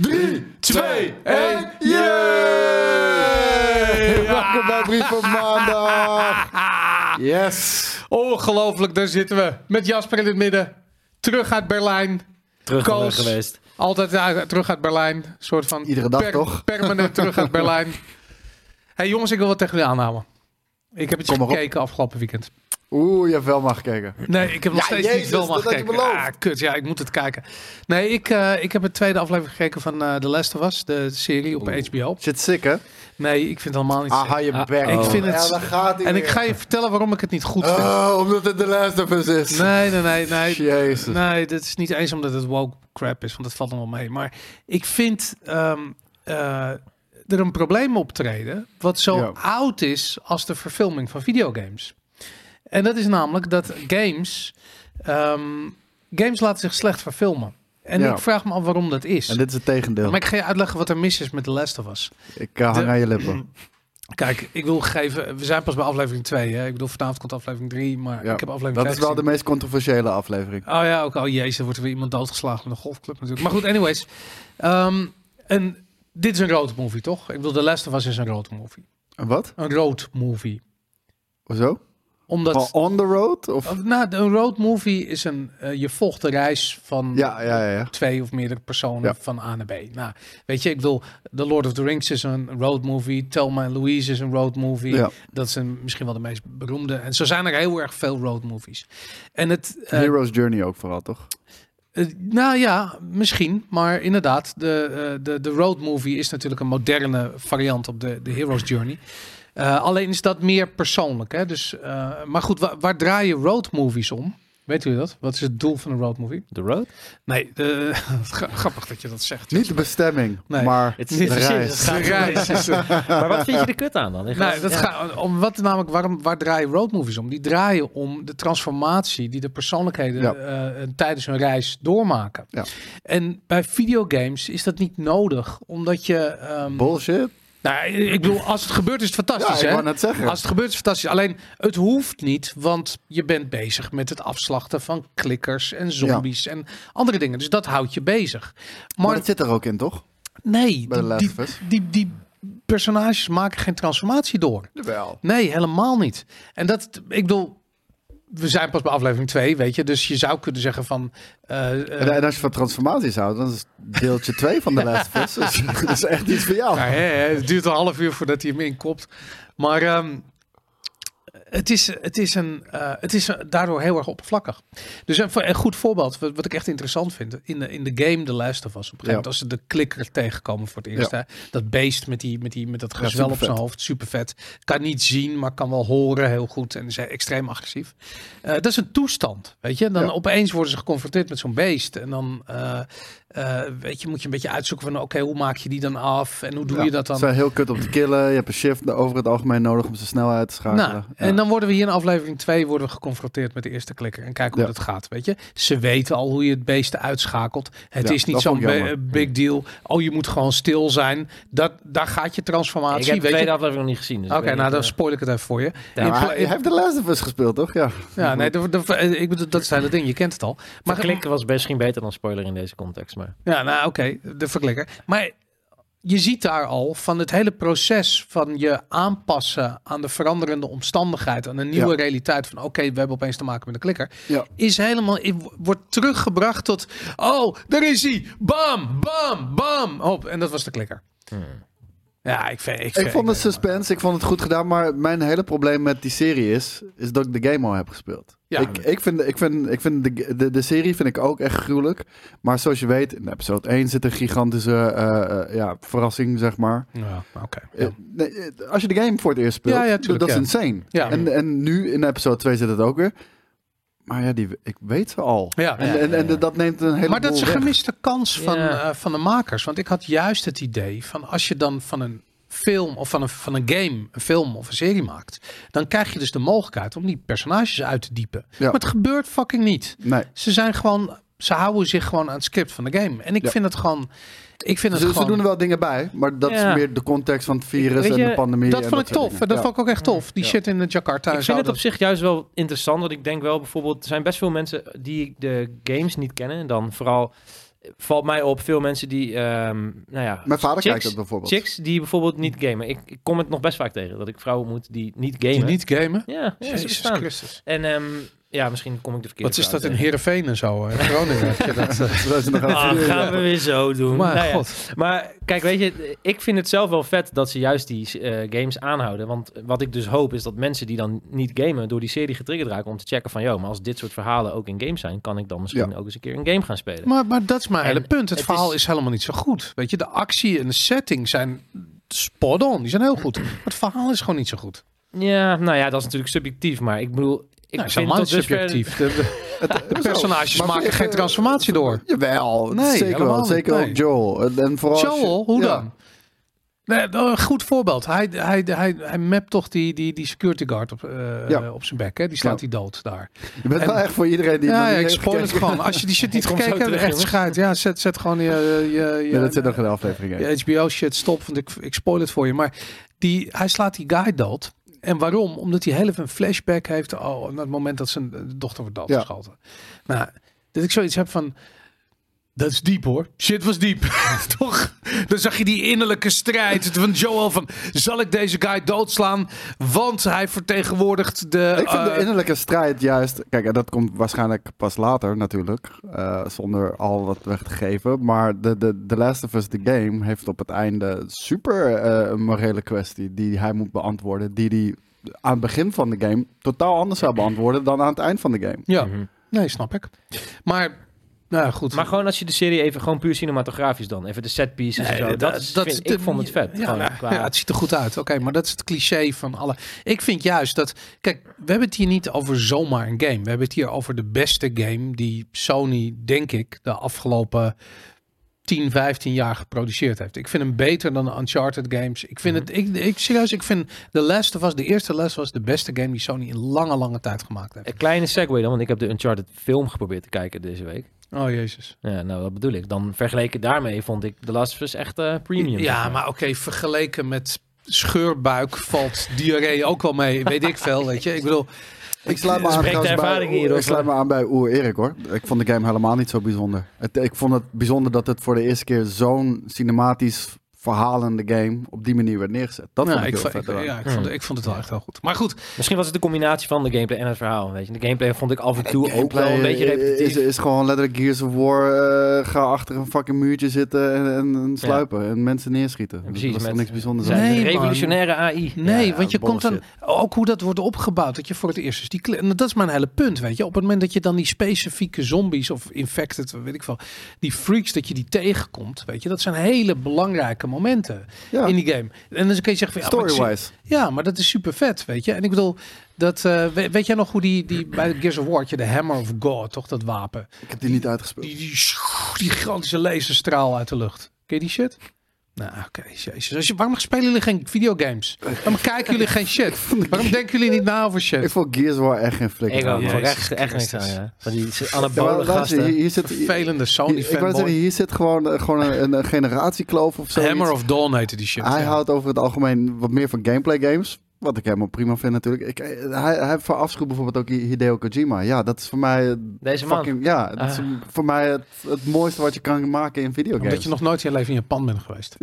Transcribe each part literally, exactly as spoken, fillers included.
drie, twee, één, yay! Welkom bij Brief op Maandag. Yes. Ongelooflijk, daar zitten we. Met Jasper in het midden. Terug uit Berlijn. Terug Koos, geweest. Altijd uh, terug uit Berlijn. Een soort van Iedere dag per- toch? Permanent terug uit Berlijn. Hey jongens, ik wil wat tegen jullie aanhouden. Ik heb iets Kom maar op. gekeken afgelopen weekend. Oeh, je hebt wel maar gekeken. Nee, ik heb nog Ja, steeds Jezus, niet wel maar dat had je gekeken. beloofd. Ah, kut, ja, ik moet het kijken. Nee, ik, uh, ik heb de tweede aflevering gekeken van uh, The Last of Us, de serie op Oeh. H B O. Shit sick, hè? Nee, ik vind het helemaal niet... Aha, je Ah, bek. ik vind het- Ja, daar gaat hij en ik weer. ga je vertellen waarom ik het niet goed vind. Oh, omdat het The Last of Us is. Nee, nee, nee, nee. Jezus. Nee, dat is niet eens omdat het woke crap is, want dat valt nog wel mee. Maar ik vind um, uh, er een probleem optreden wat zo Ja. oud is als de verfilming van videogames. En dat is namelijk dat games, um, games laten zich slecht verfilmen. En Ja. ik vraag me af waarom dat is. En dit is het tegendeel. Maar ik ga je uitleggen wat er mis is met The Last of Us. Ik uh, hang De- aan je lippen. Kijk, ik wil geven, we zijn pas bij aflevering twee. Hè? Ik bedoel, vanavond komt aflevering drie, maar Ja. ik heb aflevering Dat twee is wel de gezien. meest controversiële aflevering. Oh ja, ook. Oh jezus, er wordt er weer iemand doodgeslagen met een golfclub natuurlijk. Maar goed, anyways. Um, en dit is een road movie, toch? Ik bedoel, The Last of Us is een road movie. En wat? Een road movie. Hoezo? Omdat... Gewoon on the road? Of? Of, nou, een road movie is een... Uh, je volgt de reis van Ja, ja, ja. ja. twee of meerdere personen Ja. van A naar B. Nou, weet je, ik wil... The Lord of the Rings is een road movie. Thelma en Louise is een road movie. Ja. Dat zijn misschien wel de meest beroemde. En zo zijn er heel erg veel road movies. En het... uh, Hero's Journey ook vooral, toch? Uh, nou ja, misschien. Maar inderdaad, de, uh, de, de road movie is natuurlijk een moderne variant op de, de Hero's Journey. Uh, alleen is dat meer persoonlijk. Hè? Dus, uh, maar goed, wa- waar draaien road movies om? Weet u dat? Wat is het doel van een road movie? The Road? Nee, de, gra- grappig dat je dat zegt. Niet de bestemming, Nee. maar Het de is- het is- reis. het De reis is er. Maar wat vind je er kut aan dan? Ik ga- Nee, dat ja. gaat om wat namelijk waarom waar draaien road movies om? Die draaien om de transformatie die de persoonlijkheden Ja. uh, tijdens hun reis doormaken. Ja. En bij videogames is dat niet nodig, omdat je um, Bullshit. nou, ik bedoel, als het gebeurt is het Ja, fantastisch, ik hè? wou net zeggen. Als het gebeurt is het fantastisch. Alleen het hoeft niet, want je bent bezig met het afslachten van klikkers en zombies en andere dingen. Dus dat houdt je bezig. Maar, Maar, dat zit er ook in, toch? nee, Bij The die, Last die, of Us. die, die personages maken geen transformatie door. Wel. Nee, helemaal niet. En dat, ik bedoel, we zijn pas bij aflevering twee, weet je. Dus je zou kunnen zeggen van... Uh, uh, En, en als je van transformaties houdt, dan is deeltje twee van de Last of Us. Dus dat is echt iets voor jou. nou, hè, hè, het duurt een half uur voordat hij hem inkopt. Maar um, het, is, het, is een, uh, het is daardoor heel erg oppervlakkig. Dus een, een goed voorbeeld, wat, wat ik echt interessant vind. In de, in de game The Last of Us, op een gegeven moment, Ja. als ze de klikker tegenkomen voor het eerst. Ja. Hè, dat beest met, die, met, die, met dat Ja, gezwel op zijn supervet. hoofd, super vet. Kan niet zien, maar kan wel horen heel goed. En is extreem agressief. Uh, dat is een toestand, weet je. Dan Ja. opeens worden ze geconfronteerd met zo'n beest. En dan... Uh, Uh, weet je, moet je een beetje uitzoeken van oké, okay, hoe maak je die dan af en hoe doe Ja, je dat dan? Ze zijn heel kut om te killen. Je hebt een shift over het algemeen nodig om ze snelheid te schakelen. Nou, Ja. en dan worden we hier in aflevering twee worden we geconfronteerd met de eerste klikker en kijken hoe Ja. dat gaat, weet je. Ze weten al hoe je het beest uitschakelt. Het Ja, is niet dat zo'n vond ik be- jammer. big deal. Oh, je moet gewoon stil zijn. Dat, daar gaat je transformatie, Ik heb de weet tweede je. aflevering nog niet gezien. Dus Oké, ik weet nou niet, dan eh, spoil ik het even voor je. Ja, In maar pla- hij in- heeft de Last of Us gespeeld, toch? Ja. ja, nee, de, de, ik bedoel, dat is het hele ding. Je kent het al. Maar klikken was misschien beter dan spoiler in deze context. Maar Ja, nou oké, okay, de verklikker. Maar je ziet daar al van het hele proces van je aanpassen aan de veranderende omstandigheid, aan een nieuwe Ja. realiteit van oké, okay, we hebben opeens te maken met een klikker, Ja. is helemaal, wordt teruggebracht tot, oh, daar is hij, bam, bam, bam, op. En dat was de klikker. hmm. Ja, ik vind... Ik, Ik vind, vond het ik weet suspense, ik vond het goed gedaan, maar mijn hele probleem met die serie is, is dat ik de game al heb gespeeld. Ja. ik, ik vind, ik vind, ik vind de, de, de serie vind ik ook echt gruwelijk, maar zoals je weet, in episode één zit een gigantische uh, uh, ja, verrassing, zeg maar. maar- Ja, oké. Uh, Ja. nee, als je de game voor het eerst speelt, Ja, ja, tuurlijk, dat is ja. insane. Ja. En, en nu in episode twee zit het ook weer. Maar ja, die, ik weet ze al. Ja. En, en, en dat neemt een heleboel Maar dat is een weg. gemiste kans van, Ja. uh, van de makers. Want ik had juist het idee van als je dan van een film of van een, van een game een film of een serie maakt, dan krijg je dus de mogelijkheid om die personages uit te diepen. Ja. Maar het gebeurt fucking niet. Nee. Ze zijn gewoon, ze houden zich gewoon aan het script van de game. En ik Ja. vind het gewoon, ik vind het Ze, gewoon... ze doen er wel dingen bij, maar dat Ja. is meer de context van het virus Weet en je, de pandemie. dat en vond ik soort tof. dingen. En dat Ja. vond ik ook echt tof. Die Ja. shit in de Jakarta en Ik zo. vind het dat- op zich juist wel interessant. Want ik denk wel bijvoorbeeld, er zijn best veel mensen die de games niet kennen. En dan vooral valt mij op veel mensen die, um, nou ja... Mijn vader chicks, kijkt dat bijvoorbeeld. Chicks die bijvoorbeeld niet gamen. Ik, ik kom het nog best vaak tegen, dat ik vrouwen moet die niet gamen. Die niet gamen? Ja, ja, ze Jezus bestaan. Christus. En um, ja, misschien kom ik de verkeerde Wat is dat vrouw in tegen. Heerenveen en zo? In Groningen heb je dat. eh. Dat is nog even- Oh, gaan we weer zo doen. Maar Nou ja, god. Maar kijk, weet je, ik vind het zelf wel vet dat ze juist die uh, games aanhouden. Want wat ik dus hoop is dat mensen die dan niet gamen door die serie getriggerd raken om te checken van, joh, maar als dit soort verhalen ook in games zijn, kan ik dan misschien Ja. ook eens een keer een game gaan spelen. Maar, maar dat is mijn En hele punt. Het, het verhaal is- is... helemaal niet zo goed. Weet je, de actie en de setting zijn spot on. Die zijn heel goed. Maar het verhaal is gewoon niet zo goed. Ja, nou ja, dat is natuurlijk subjectief, maar ik bedoel, ik Nou, vind het tot is helemaal dusver... subjectief. De, de, de personages Maar maken vind je- geen transformatie door. Jawel, Nee, zeker helemaal wel. niet, Zeker nee. ook Joel. En, en vooral als je- Joel, hoe ja. dan? Nee, een goed voorbeeld. Hij, hij, hij, hij mapt toch die, die, die security guard op, uh, Ja. op zijn bek. Hè? Die slaat Ja. hij dood daar. Je bent En- wel echt voor iedereen die... Ja, nog ja, niet ik heeft spoil het gekeken. gewoon. Als je die shit niet Ik kom zo gekeken hebt, terug, echt jongens. schijt. Ja, zet, zet gewoon je, je, je, Nee, dat zit nog in de aflevering. hè. je H B O shit stop. Want ik, ik spoil het voor je. Maar die, hij slaat die guy dood. En waarom? Omdat hij heel even een flashback heeft. Oh, naar het moment dat zijn dochter wordt doodgeschoten. Nou, dat ik zoiets heb van... Dat is diep hoor. Shit was diep. Toch? Dan zag je die innerlijke strijd van Joel van... Zal ik deze guy doodslaan? Want hij vertegenwoordigt de... Ik vind de eh, innerlijke strijd juist... Kijk, en dat komt waarschijnlijk pas later natuurlijk. eh, zonder al wat weg te geven. Maar de, de, The Last of Us, the game, heeft op het einde super eh, een morele kwestie die hij moet beantwoorden. Die hij aan het begin van de game totaal anders zou beantwoorden dan aan het eind van de game. Ja, Mhm. nee, snap ik. Maar, nou goed. Maar gewoon als je de serie even gewoon puur cinematografisch dan, even de set pieces en zo. Dat, is, vind, ik vond het vet. Ja, gewoon, nou, qua- ja, het ziet er goed uit. Oké, maar dat is het cliché van alle... Ik vind juist dat... Kijk, we hebben het hier niet over zomaar een game. We hebben het hier over de beste game die Sony, denk ik, de afgelopen tien, vijftien jaar geproduceerd heeft. Ik vind hem beter dan de Uncharted games. Ik vind het... Ik, ik, serieus, ik vind The Last of Us, de eerste Last of Us, de beste game die Sony in lange, lange tijd gemaakt heeft. Een kleine segue dan, want ik heb de Uncharted film geprobeerd te kijken deze week. Oh, jezus. Ja, nou, wat bedoel ik? Dan vergeleken daarmee vond ik The Last of Us echt eh, premium. zeg Ja, maar oké, vergeleken met scheurbuik valt diarree ook wel mee. Weet ik veel, weet je. Ik bedoel... Ik sluit me aan, Spreekt de trouwens, ervaring bij, hierop, ik sluit me hoor. aan bij Oer Erik hoor. Ik vond de game helemaal niet zo bijzonder. Het, ik vond het bijzonder dat het voor de eerste keer zo'n cinematisch verhalende game op die manier werd neergezet. Dat Ja, vond ik ik, heel vond- vet ik, eraan. ja, ik, vond, ik vond het wel echt heel goed. Maar goed, Misschien was het de combinatie van de gameplay en het verhaal. Weet je. De gameplay vond ik af en toe ook Gameplay wel een beetje repetitief. Is, is gewoon letterlijk Gears of War. eh, ga achter een fucking muurtje zitten en, en, en sluipen en mensen neerschieten. Ja, Dat precies, was toch met- niks bijzonders Zijn aan. Nee, man. revolutionaire A I. nee, Ja, want je komt dan... bullshit. Ook hoe dat wordt opgebouwd, dat je voor het eerst is die kle- en dat is mijn hele punt, weet je. Op het moment dat je dan die specifieke zombies of infected, weet ik veel, die freaks, dat je die tegenkomt, weet je. Dat zijn hele belangrijke momenten Ja, in die game. En dan kun je zeggen van... Ja, maar ik zie- story-wise. Ja, maar dat is super vet, weet je. En ik bedoel, dat, eh, weet, weet jij nog hoe die, die bij Gears of War, had je de Hammer of God, toch, dat wapen? Ik heb die niet uitgespeeld. Die, die, die gigantische laserstraal uit de lucht. Ken je die shit? Nou, oké, jezus. Als je, waarom spelen jullie geen videogames? Waarom kijken jullie geen shit? Waarom denken jullie niet na over Ik shit? vond Gears of War echt geen flikker. Ik ook. aan, Ja, man. Voor Jezus echt, echt niks aan, Christus. ja. Van die Ja, anabole maar luister, gasten. hier, hier zit, hier, Vervelende Sony ik wou fanboy. zeggen, hier zit gewoon, eh, gewoon een, een generatiekloof of zo. Hammer of Dawn heette die shit. Hij ja. houdt over het algemeen wat meer van gameplay games. Wat ik helemaal prima vind natuurlijk. Ik, hij, hij verafschuwt bijvoorbeeld ook Hideo Kojima. Ja, dat is voor mij... Deze man. fucking, ja, dat is Ah. voor mij het, het mooiste wat je kan maken in videogames. Omdat je nog nooit in je leven in Japan bent geweest.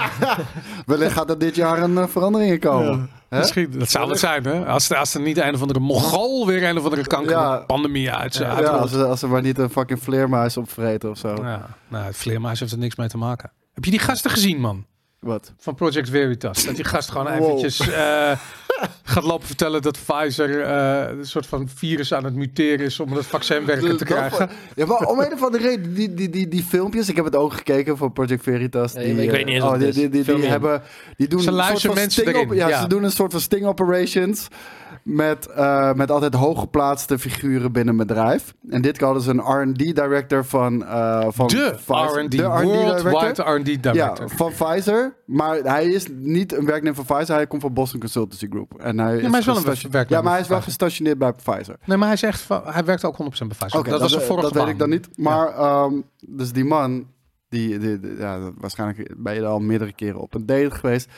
Wellicht gaat er dit jaar een uh, verandering in komen. Hè? Misschien, dat zou het zijn, hè? Als er, als er niet een of andere Mongool weer een of andere kanker Ja. pandemie uit, Ja, uit als, ze, als ze maar niet een fucking vleermuis opvreten of zo. Ja, nou, het vleermuis heeft er niks mee te maken. Heb je die gasten gezien, man? Wat? Van Project Veritas. Dat die gast gewoon Wow. eventjes eh, gaat lopen vertellen dat Pfizer eh, een soort van virus aan het muteren is om het vaccin werken te Dat- krijgen. Ja, maar om een of andere reden, die, die, die, die filmpjes, ik heb het ook gekeken voor Project Veritas. Ja, Die, ik eh, weet niet eens oh, wat die, het is. die, die, Film die in. hebben, die doen Ze een soort luisteren van mensen sting erin, op- ja, ja. ze doen een soort van sting operations met, eh, met altijd hooggeplaatste figuren binnen een bedrijf. En dit keer hadden ze een R en D director van, eh van De Pfizer. R en D, De R en D director. Worldwide R en D Director. Ja, van Pfizer. Maar hij is niet een werknemer van Pfizer. Hij komt van Boston Consultancy Group. En hij maar hij is wel een gestation- werknemer Ja, maar hij is van wel Pfizer. gestationeerd bij Pfizer. Nee, maar hij zegt, van- hij werkt ook honderd procent bij Pfizer. Oké, dat, was een vorige dat weet baan. ik dan niet. Maar ehm, dus die man, die, die, die- ja, waarschijnlijk ben je er al meerdere keren op een date geweest.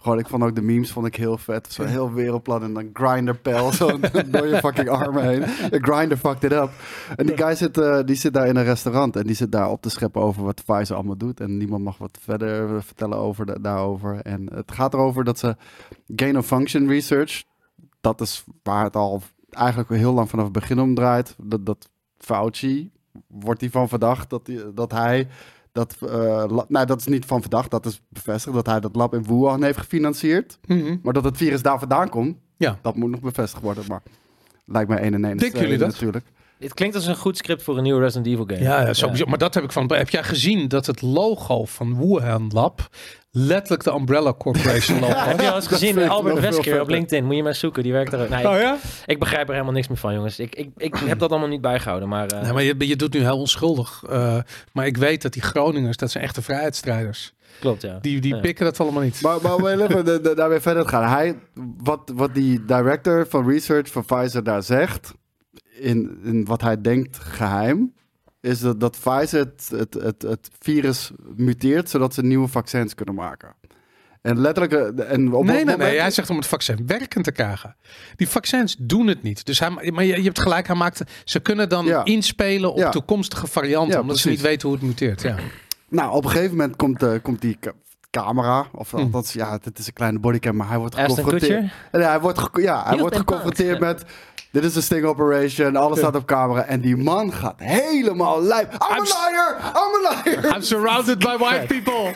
Gewoon, ik vond ook de memes vond ik heel vet. Zo heel wereldplan en dan Grindr-pijl zo door je fucking armen heen. Grindr fucked it up. En die guy zit, uh, die zit daar in een restaurant en die zit daar op te scheppen over wat Pfizer allemaal doet. En niemand mag wat verder vertellen over de, daarover. En het gaat erover dat ze gain of function research, dat is waar het al eigenlijk heel lang vanaf het begin om draait. Dat, dat Fauci, wordt hij van verdacht dat, die, dat hij... Dat, uh, la, nou, dat is niet van verdacht, dat is bevestigd dat hij dat lab in Wuhan heeft gefinancierd. Mm-hmm. Maar dat het virus daar vandaan komt, ja. dat moet nog bevestigd worden. Maar lijkt mij één en één. Denken jullie dat? Natuurlijk. Het klinkt als een goed script voor een nieuwe Resident Evil game. Ja, ja, sowieso. Ja. Maar dat heb ik van... Heb jij gezien dat het logo van Wuhan Lab letterlijk de Umbrella Corporation logo? Heb je al eens gezien? vind ik Albert nog veel Wesker op vetter. LinkedIn. Moet je maar zoeken. Die werkt er. Nee, Oh ja? Ik begrijp er helemaal niks meer van, jongens. Ik, ik, ik heb dat allemaal niet bijgehouden. Maar, uh, Nee, maar je, je doet nu heel onschuldig. Uh, maar ik weet dat die Groningers, dat zijn echte vrijheidsstrijders. klopt, ja. Die, die Ja. pikken dat allemaal niet. Maar, maar om even de, de, daar weer verder te gaan. Hij, wat, wat die director van research van Pfizer daar zegt, in, in wat hij denkt geheim, is dat, dat Pfizer het, het, het, het virus muteert, zodat ze nieuwe vaccins kunnen maken. En letterlijk... eh, En op Nee, nee, moment- nee. Hij zegt om het vaccin werkend te krijgen. Die vaccins doen het niet. Dus hij, maar je, je hebt gelijk, hij maakt, ze kunnen dan Ja. inspelen op Ja. toekomstige varianten, Ja, omdat ze precies. niet weten hoe het muteert. Ja. Nou, op een gegeven moment komt, uh, komt die ka- camera, of Hm. althans, ja, het is een kleine bodycam, maar hij wordt Ashton geconfronteerd. Kutcher? En ja, hij wordt, ge- ja, hij Heel wordt tempo. geconfronteerd met, dit is een sting operation, alles staat op camera. En die man gaat helemaal lijp. I'm a I'm s- liar, I'm a liar. I'm surrounded by white people.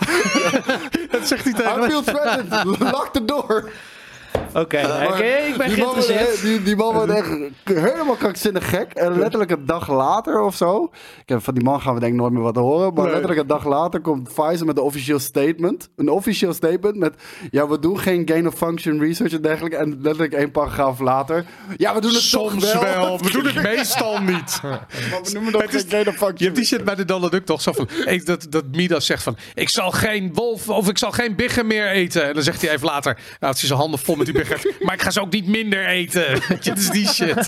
Dat zegt hij tegen I me. feel threatened, lock the door. Oké, oké, Maar ik ben die man wordt geïnteresseerd. he- Die, die man wordt echt helemaal krankzinnig gek. En letterlijk een dag later of zo. Ik heb, van die man gaan we denk ik nooit meer wat horen. Maar Nee. letterlijk een dag later komt Pfizer met een officieel statement. Een officieel statement met... Ja, we doen geen gain of function research en dergelijke. En letterlijk één paragraaf later... Ja, we doen het Soms toch wel. We doen het meestal niet. Maar we noemen dat Het is- geen gain of function. Je hebt die shit bij de Donald Duck toch zo van... Ik, dat, dat Midas zegt van... Ik zal geen wolf of ik zal geen biggen meer eten. En dan zegt hij even later... Nou, als hij zijn handen vol met die biggen heeft... Maar ik ga ze ook niet minder eten. Weet je, dat is die shit.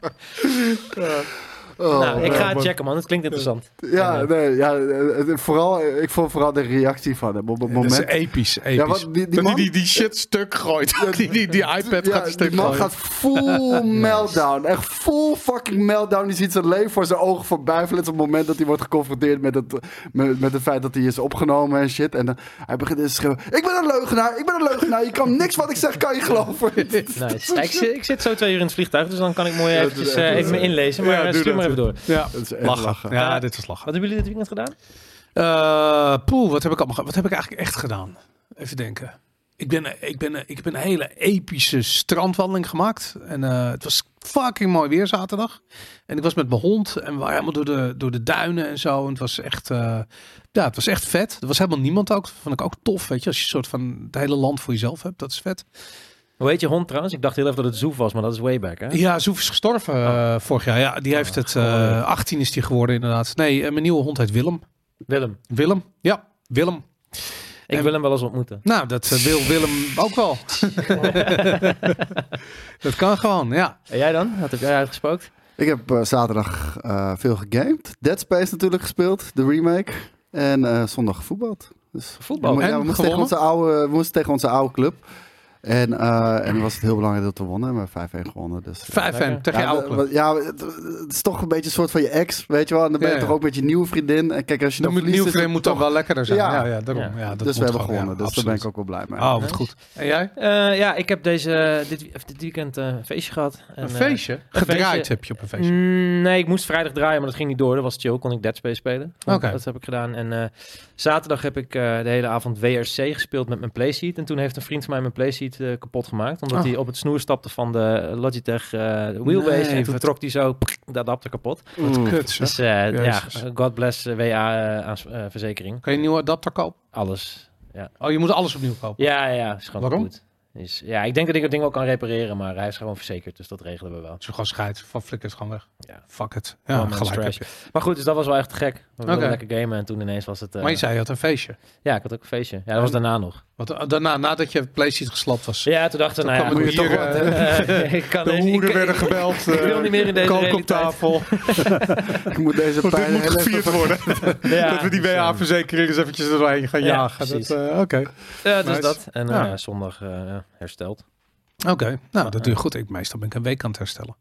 Oh, Nou, ik ja, ga maar- checken, man. Het klinkt interessant. Ja, nee, ja, eh, eh, vooral, ik vond vooral de reactie van hem op het Dat is moment. episch, episch. Ja, wat, die- die dat hij man- die, die shit stuk gooit. Die, die, die iPad Ja, gaat stuk die man gooien. gaat full meltdown. Echt full fucking meltdown. Je ziet zijn leven voor zijn ogen voorbij flitsen op het moment dat hij wordt geconfronteerd met het, met, met het feit dat hij is opgenomen en shit. En dan, hij begint te schreeuwen, ik ben een leugenaar, ik ben een leugenaar. Je kan niks wat ik zeg, kan je geloven. Nice. Ja, ik, zit, ik zit zo twee uur in het vliegtuig, dus dan kan ik mooi Ja, eventjes, doe- eh, doe- even me inlezen. Maar Ja, eh, doe stuur maar dat. even door. Ja, Dat is echt lachen. lachen. Ja, Ja. dit was lachen. Wat hebben jullie dit weekend gedaan? Uh, poeh, wat heb ik allemaal ge- Wat heb ik eigenlijk echt gedaan? Even denken. Ik ben, ik ben, ik heb een hele epische strandwandeling gemaakt. En uh, het was fucking mooi weer zaterdag. En ik was met mijn hond en we waren helemaal door de, door de duinen en zo. En het was echt, uh, ja, het was echt vet. Er was helemaal niemand ook. Dat vond ik ook tof, weet je. Als je een soort van het hele land voor jezelf hebt, dat is vet. Hoe heet je hond trouwens? Ik dacht heel even dat het Zoef was, maar dat is way back, hè? Ja, Zoef is gestorven uh, vorig jaar. Ja, die heeft het, uh, achttien is die geworden inderdaad. Nee, uh, mijn nieuwe hond heet Willem. Willem. Willem, ja, Willem. Ik En- wil hem wel eens ontmoeten. Nou, dat uh, wil Willem ook wel. Dat kan gewoon, ja. En jij dan? Wat heb jij uitgespookt? Ik heb uh, zaterdag uh, veel gegamed. Dead Space natuurlijk gespeeld, de remake. En uh, zondag gevoetbald. Dus, Voetbal? Ja, En we, moesten tegen gewonnen? onze oude, we moesten tegen onze oude club. En, uh, en dan was het heel belangrijk dat we wonnen. En we hebben vijf een gewonnen. Dus, vijf en tegen je ja, oude club. we- ja, het, het is toch een beetje een soort van je ex, weet je wel. En dan ben je Ja, ja. toch ook met je nieuwe vriendin. En kijk, als je De dan mu- verliest... nieuwe is het vriend moet toch wel lekkerder zijn. Ja, Ja. ja, daarom. Ja. Ja, dat dus moet we hebben gewoon, gewonnen. ja, dus daar ben ik absoluut. ook wel blij mee. Oh, wat Nice. goed. En jij? Uh, ja, ik heb deze, dit, of dit weekend uh, een feestje gehad. En, Een uh, feestje? Gedraaid feestje. heb je op een feestje. Mm, nee, ik moest vrijdag draaien, maar dat ging niet door. Dat was chill, kon ik Dead Space spelen. Oké. Dat heb ik gedaan. En uh, zaterdag heb ik uh, de hele avond W R C gespeeld met mijn playseat. En toen heeft een vriend van mij mijn playseat uh, kapot gemaakt. Omdat Oh. hij op het snoer stapte van de Logitech uh, wheelbase. Nee, en toen wat- trok hij zo de adapter kapot. Wat Oeh. kut, zeg. Dus uh, ja, Jezus. God bless uh, W A-verzekering. Kan je een nieuwe adapter kopen? Alles. Ja, Oh, je moet alles opnieuw kopen. ja, ja, is gewoon Waarom? goed. Is, ja, ik denk dat ik het ding wel kan repareren, maar hij is gewoon verzekerd, dus dat regelen we wel. Als je gewoon scheidt, van flikkers gewoon weg. Ja. Fuck it. Ja, Ja, man, gelijk heb trash. je. Maar goed, dus dat was wel echt gek. We wilden Oké. lekker gamen en toen ineens was het... uh, Maar je zei je had een feestje. ja, ik had ook een feestje. Ja, dat was daarna nog. Wat, uh, daarna, nadat je PlayStation geslapt was. Ja, toen dachten we, Toen nou ja, kwam goed, het hier, toch wat, uh, ik kan De ik- hoeren ik- werden ik- gebeld. Ik wil uh, niet meer in deze kook op realiteit. tafel. Ik moet deze Want dit pijn moet heel even gevierd worden. Ja, dat we die W dus, uh, A-verzekering eens eventjes er doorheen gaan Ja, jagen. precies. Dat, uh, Oké, Ja, dus Nice. dat. En uh, Ja. ja, zondag uh, ja, hersteld. oké. Nou, dat doe je goed. Ik, meestal ben ik een week aan het herstellen.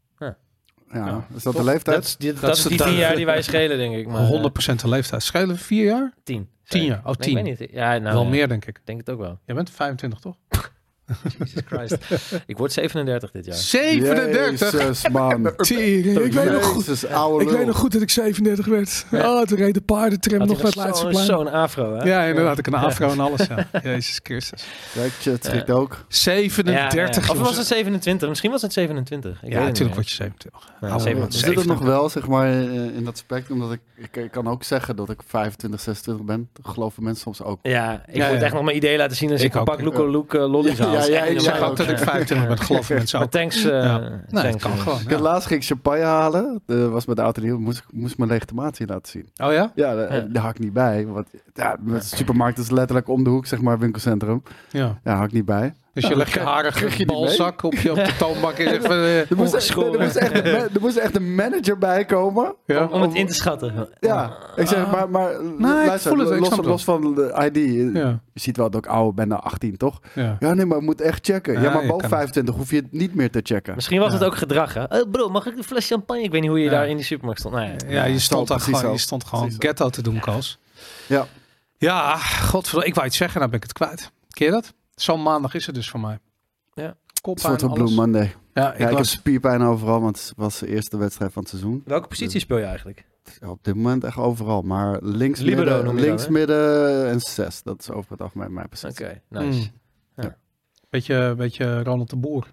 Ja, is dat Toch? de leeftijd? Dat is, die, dat Dat is is die de- tien jaar die wij schelen, denk ik. Maar, uh, honderd procent de leeftijd. Schelen we vier jaar? tien. Tien jaar. Oh, Nee, tien. ik weet niet. Ja, nou, Wel ja, meer, denk ik. Ik denk het ook wel. Jij bent vijfentwintig, toch? Jesus Christ. Ik word zevenendertig dit jaar. zevenendertig? Jezus, man. Tering, ik weet nog goed. Jezus, oude Ik weet lul. nog goed dat ik zevenendertig werd. Ja. Oh, toen reed de paardentram Had nog hij naar het zo'n Leidseplein. zo'n afro, hè? Ja, inderdaad. Ik een afro en alles. Ja. Jezus Christus. Kijk, chat schrikt ook. zevenendertig. Of was het zevenentwintig? Misschien was het zevenentwintig. Ik Ja, weet het natuurlijk niet word je zevenentwintig. Ja, Oude zevenentwintig. Zit het nog wel, zeg maar, eh, in dat spectrum? Dat ik, ik, ik kan ook zeggen dat ik vijfentwintig, zesentwintig ben. Dat geloven mensen soms ook. meer. Ja, ik Ja, moet ja. echt nog mijn idee laten zien als Ik ik een ook. pak Luco Luke uh, lollies haal. Ja, Dat is ja, echt ja, niet Ik zeg normaal. ook dat ik vijfentwintig ben. Geloven mensen Maar ook. thanks, uh, Ja. Nee, dat thanks. kan man. gewoon. Ik Ja. had laatst ging ik champagne halen. Dat was met de auto nieuw. Moest, moest mijn legitimatie laten zien. Oh ja? Ja, daar, Ja. daar had ik niet bij. Want ja, de supermarkt is letterlijk om de hoek, zeg maar, winkelcentrum. Ja. Ja, had ik niet bij. Dus je legt je krijg je harige die balzak op, je, op de toonbank en zegt van... eh, Er moest, Ongeschoren. er, moest echt een, ma- er moest echt een manager bij komen. ja. Om het in te schatten. Ja, ik zeg, maar, maar ik luister, voel het, ik los, snap het los van de I D. Ja. Je ziet wel dat ik ouder ben dan achttien, toch? Ja. Ja, nee, maar ik moet echt checken. Ja, Ja, maar je boven kan- vijfentwintig hoef je het niet meer te checken. Misschien was Ja. het ook gedrag, hè? Oh, bro, mag ik een fles champagne? Ik weet niet hoe je Ja. daar in die supermarkt stond. Nou, ja. Ja, je stond daar precies gewoon, zo. je stond gewoon Precies zo. ghetto te doen, Koos. Ja. Ja, godverdomme. Ik wou iets zeggen, nou ben ik het kwijt. Ken je dat? Zo'n maandag is het dus voor mij. Ja. Een Koppijn, soort van alles. Blue Monday. Ja, ik Ja, ik heb was... spierpijn overal, want het was de eerste wedstrijd van het seizoen. Welke positie speel je eigenlijk? Ja, op dit moment echt overal. Maar links, Libero midden, noem je links dat, hè? midden en zes. Dat is over het algemeen mijn positie. Oké, nice. Mm. Beetje, beetje Ronald de Boer.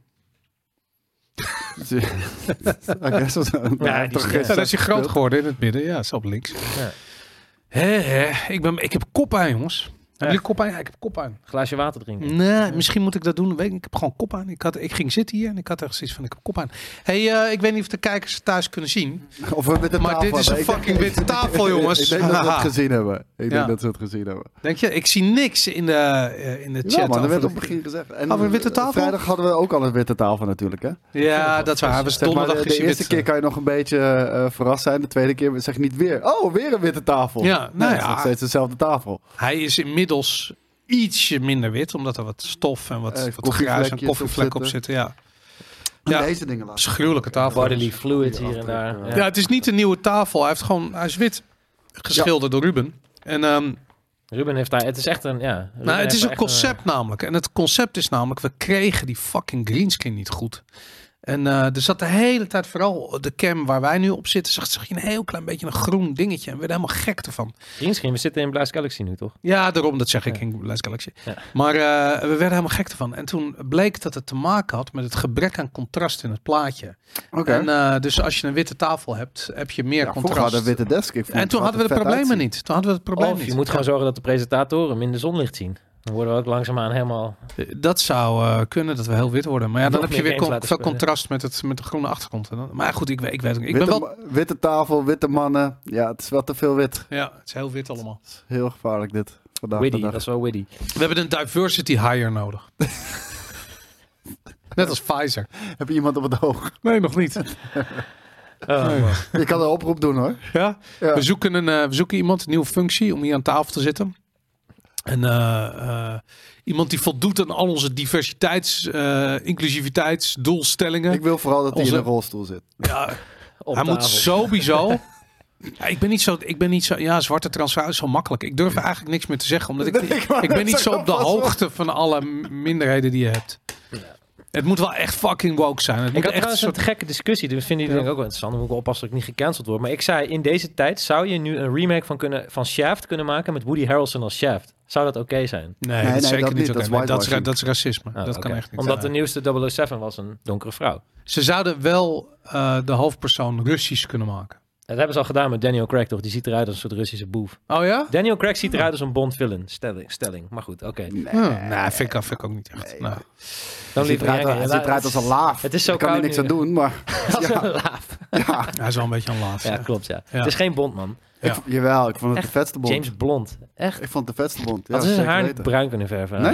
Dus, I guess so. Ja, Ja, die toch is- Ja, gisteren dat is je groot gespeeld. geworden in het midden. Ja, zo op links. Ja. Hè, hè. Ik, ben, ik heb koppijn, jongens. Hebben jullie koppijn? Ja, ik heb koppijn. Glaasje water drinken. Nee, misschien moet ik dat doen. Weet ik, ik heb gewoon koppijn. Ik, had, ik ging zitten hier en ik had echt zoiets van, ik heb koppijn. Hey, uh, ik weet niet of de kijkers het thuis kunnen zien. Of we witte Maar tafel dit is een hebben. Ik fucking denk- witte tafel, jongens. Ik denk dat we Haha. het gezien hebben. Ik Ja. denk dat we het gezien hebben. Denk je? Ik zie niks in de, uh, in de chat. Ja, man, over dat werd de- op het begin gezegd. En Over een witte eh, tafel? Vrijdag hadden we ook al een witte tafel natuurlijk, hè? Ja, dat is waar. We Zeg maar, donderdag de, is de hij eerste wit. keer kan je nog een beetje eh, verrast zijn. De tweede keer zeg je niet weer. Oh, weer een witte tafel. Ja, Nee, nou het is nog ja. steeds dezelfde tafel. Hij is inmiddels ietsje minder wit, omdat er wat stof en wat, Eh, wat gruis en koffievlekjes koffievlekken op op zitten. zitten. Ja. Ja. Deze dingen Dat laten. is een gruwelijke tafel. Bodily fluids hier en daar. Ja. Ja, het is niet een nieuwe tafel. Hij, heeft gewoon, hij is wit geschilderd door Ruben. En ehm, Ruben heeft daar... Het is echt een... Ja, Ruben nou, het heeft is daar een echt concept namelijk. En het concept is namelijk, we kregen die fucking greenscreen niet goed. En eh, er zat de hele tijd, vooral de cam waar wij nu op zitten, zag, zag je een heel klein beetje een groen dingetje. En we werden helemaal gek ervan. Greenscreen, we zitten in Blast Galaxy nu, toch? Ja, daarom, dat zeg ik Ja. in Last Galaxy. Ja. Maar eh, we werden helemaal gek ervan. En toen bleek dat het te maken had met het gebrek aan contrast in het plaatje. Oké. En eh, dus als je een witte tafel hebt, heb je meer Ja, vroeger contrast. hadden we witte desk. Ik vond En het toen wat hadden we de er vet problemen uitzien. niet. Toen hadden we het probleem Of niet. je moet gewoon zorgen dat de presentatoren minder zonlicht zien. Dan worden we ook langzaamaan helemaal... Dat zou eh, kunnen, dat we heel wit worden. Maar ja, dan Nog heb je meer weer games con- laten veel spelen. contrast met, het, met de groene achtergrond. En dan- Maar goed, ik weet, ik weet het niet. Ik witte, ben wel... ma- witte tafel, witte mannen. Ja, het is wel te veel wit. Ja, het is heel wit allemaal. Heel gevaarlijk dit. Vandaag Witty, de dag. dat is wel witty. We hebben een diversity hire nodig. Net als Pfizer. Heb je iemand op het oog? Nee, nog niet. Oh, Nee. man. Je kan een oproep doen hoor. Ja? Ja. We, zoeken een, eh, we zoeken iemand, een nieuwe functie, om hier aan tafel te zitten. En eh, eh, iemand die voldoet aan al onze diversiteits, eh inclusiviteitsdoelstellingen. Ik wil vooral dat hij Onze- in een rolstoel zit. Ja, Op hij moet tafel. sowieso... Ja, ik ben niet zo, ik ben niet zo, ja, zwarte transfer is zo makkelijk. Ik durf er eigenlijk niks meer te zeggen, omdat ik, Nee, ik wou ik ben net niet zo zeggen, op de pas op. hoogte van alle m- minderheden die je hebt. Het moet wel echt fucking woke zijn. Het Ik moet had echt een trouwens een soort... gekke discussie. Dat vinden jullie Ja. denk ik ook wel interessant. Dan moet ik oppassen dat ik niet gecanceld word. Maar ik zei, in deze tijd zou je nu een remake van, kunnen, van Shaft kunnen maken met Woody Harrelson als Shaft. Zou dat oké zijn? Nee, nee, dat is zeker dat niet niet, oké. dat is Nee, dat, is, whitewashing. dat is racisme. Oh, dat oké. kan echt niet. Omdat Ja. de nieuwste double oh seven was een donkere vrouw. Ze zouden wel uh, de hoofdpersoon Russisch kunnen maken. Dat hebben ze al gedaan met Daniel Craig, toch? Die ziet eruit als een soort Russische boef. Oh ja? Daniel Craig ziet eruit als een Bond-villain. Stelling, stelling. Maar goed, oké. Nee, Hm, nee, vind ik, vind ik ook niet echt. Nee. Nou. Dan Hij ziet liever eruit, jij- hij ja, ziet eruit als een laaf. Het is zo Daar kan hij koud niks nu, aan hè? doen, maar... Als ja, een laaf. ja. Hij is wel een beetje een laaf. Ja, Ja. klopt, ja. Ja. Het is geen Bond, man. Ja. Ik, jawel, ik vond het Echt, de vetste bond. James Blond. Echt. Ik vond het de vetste bond. Ja, Had ze zijn zeker haar niet weten. bruin kunnen verven? Nee,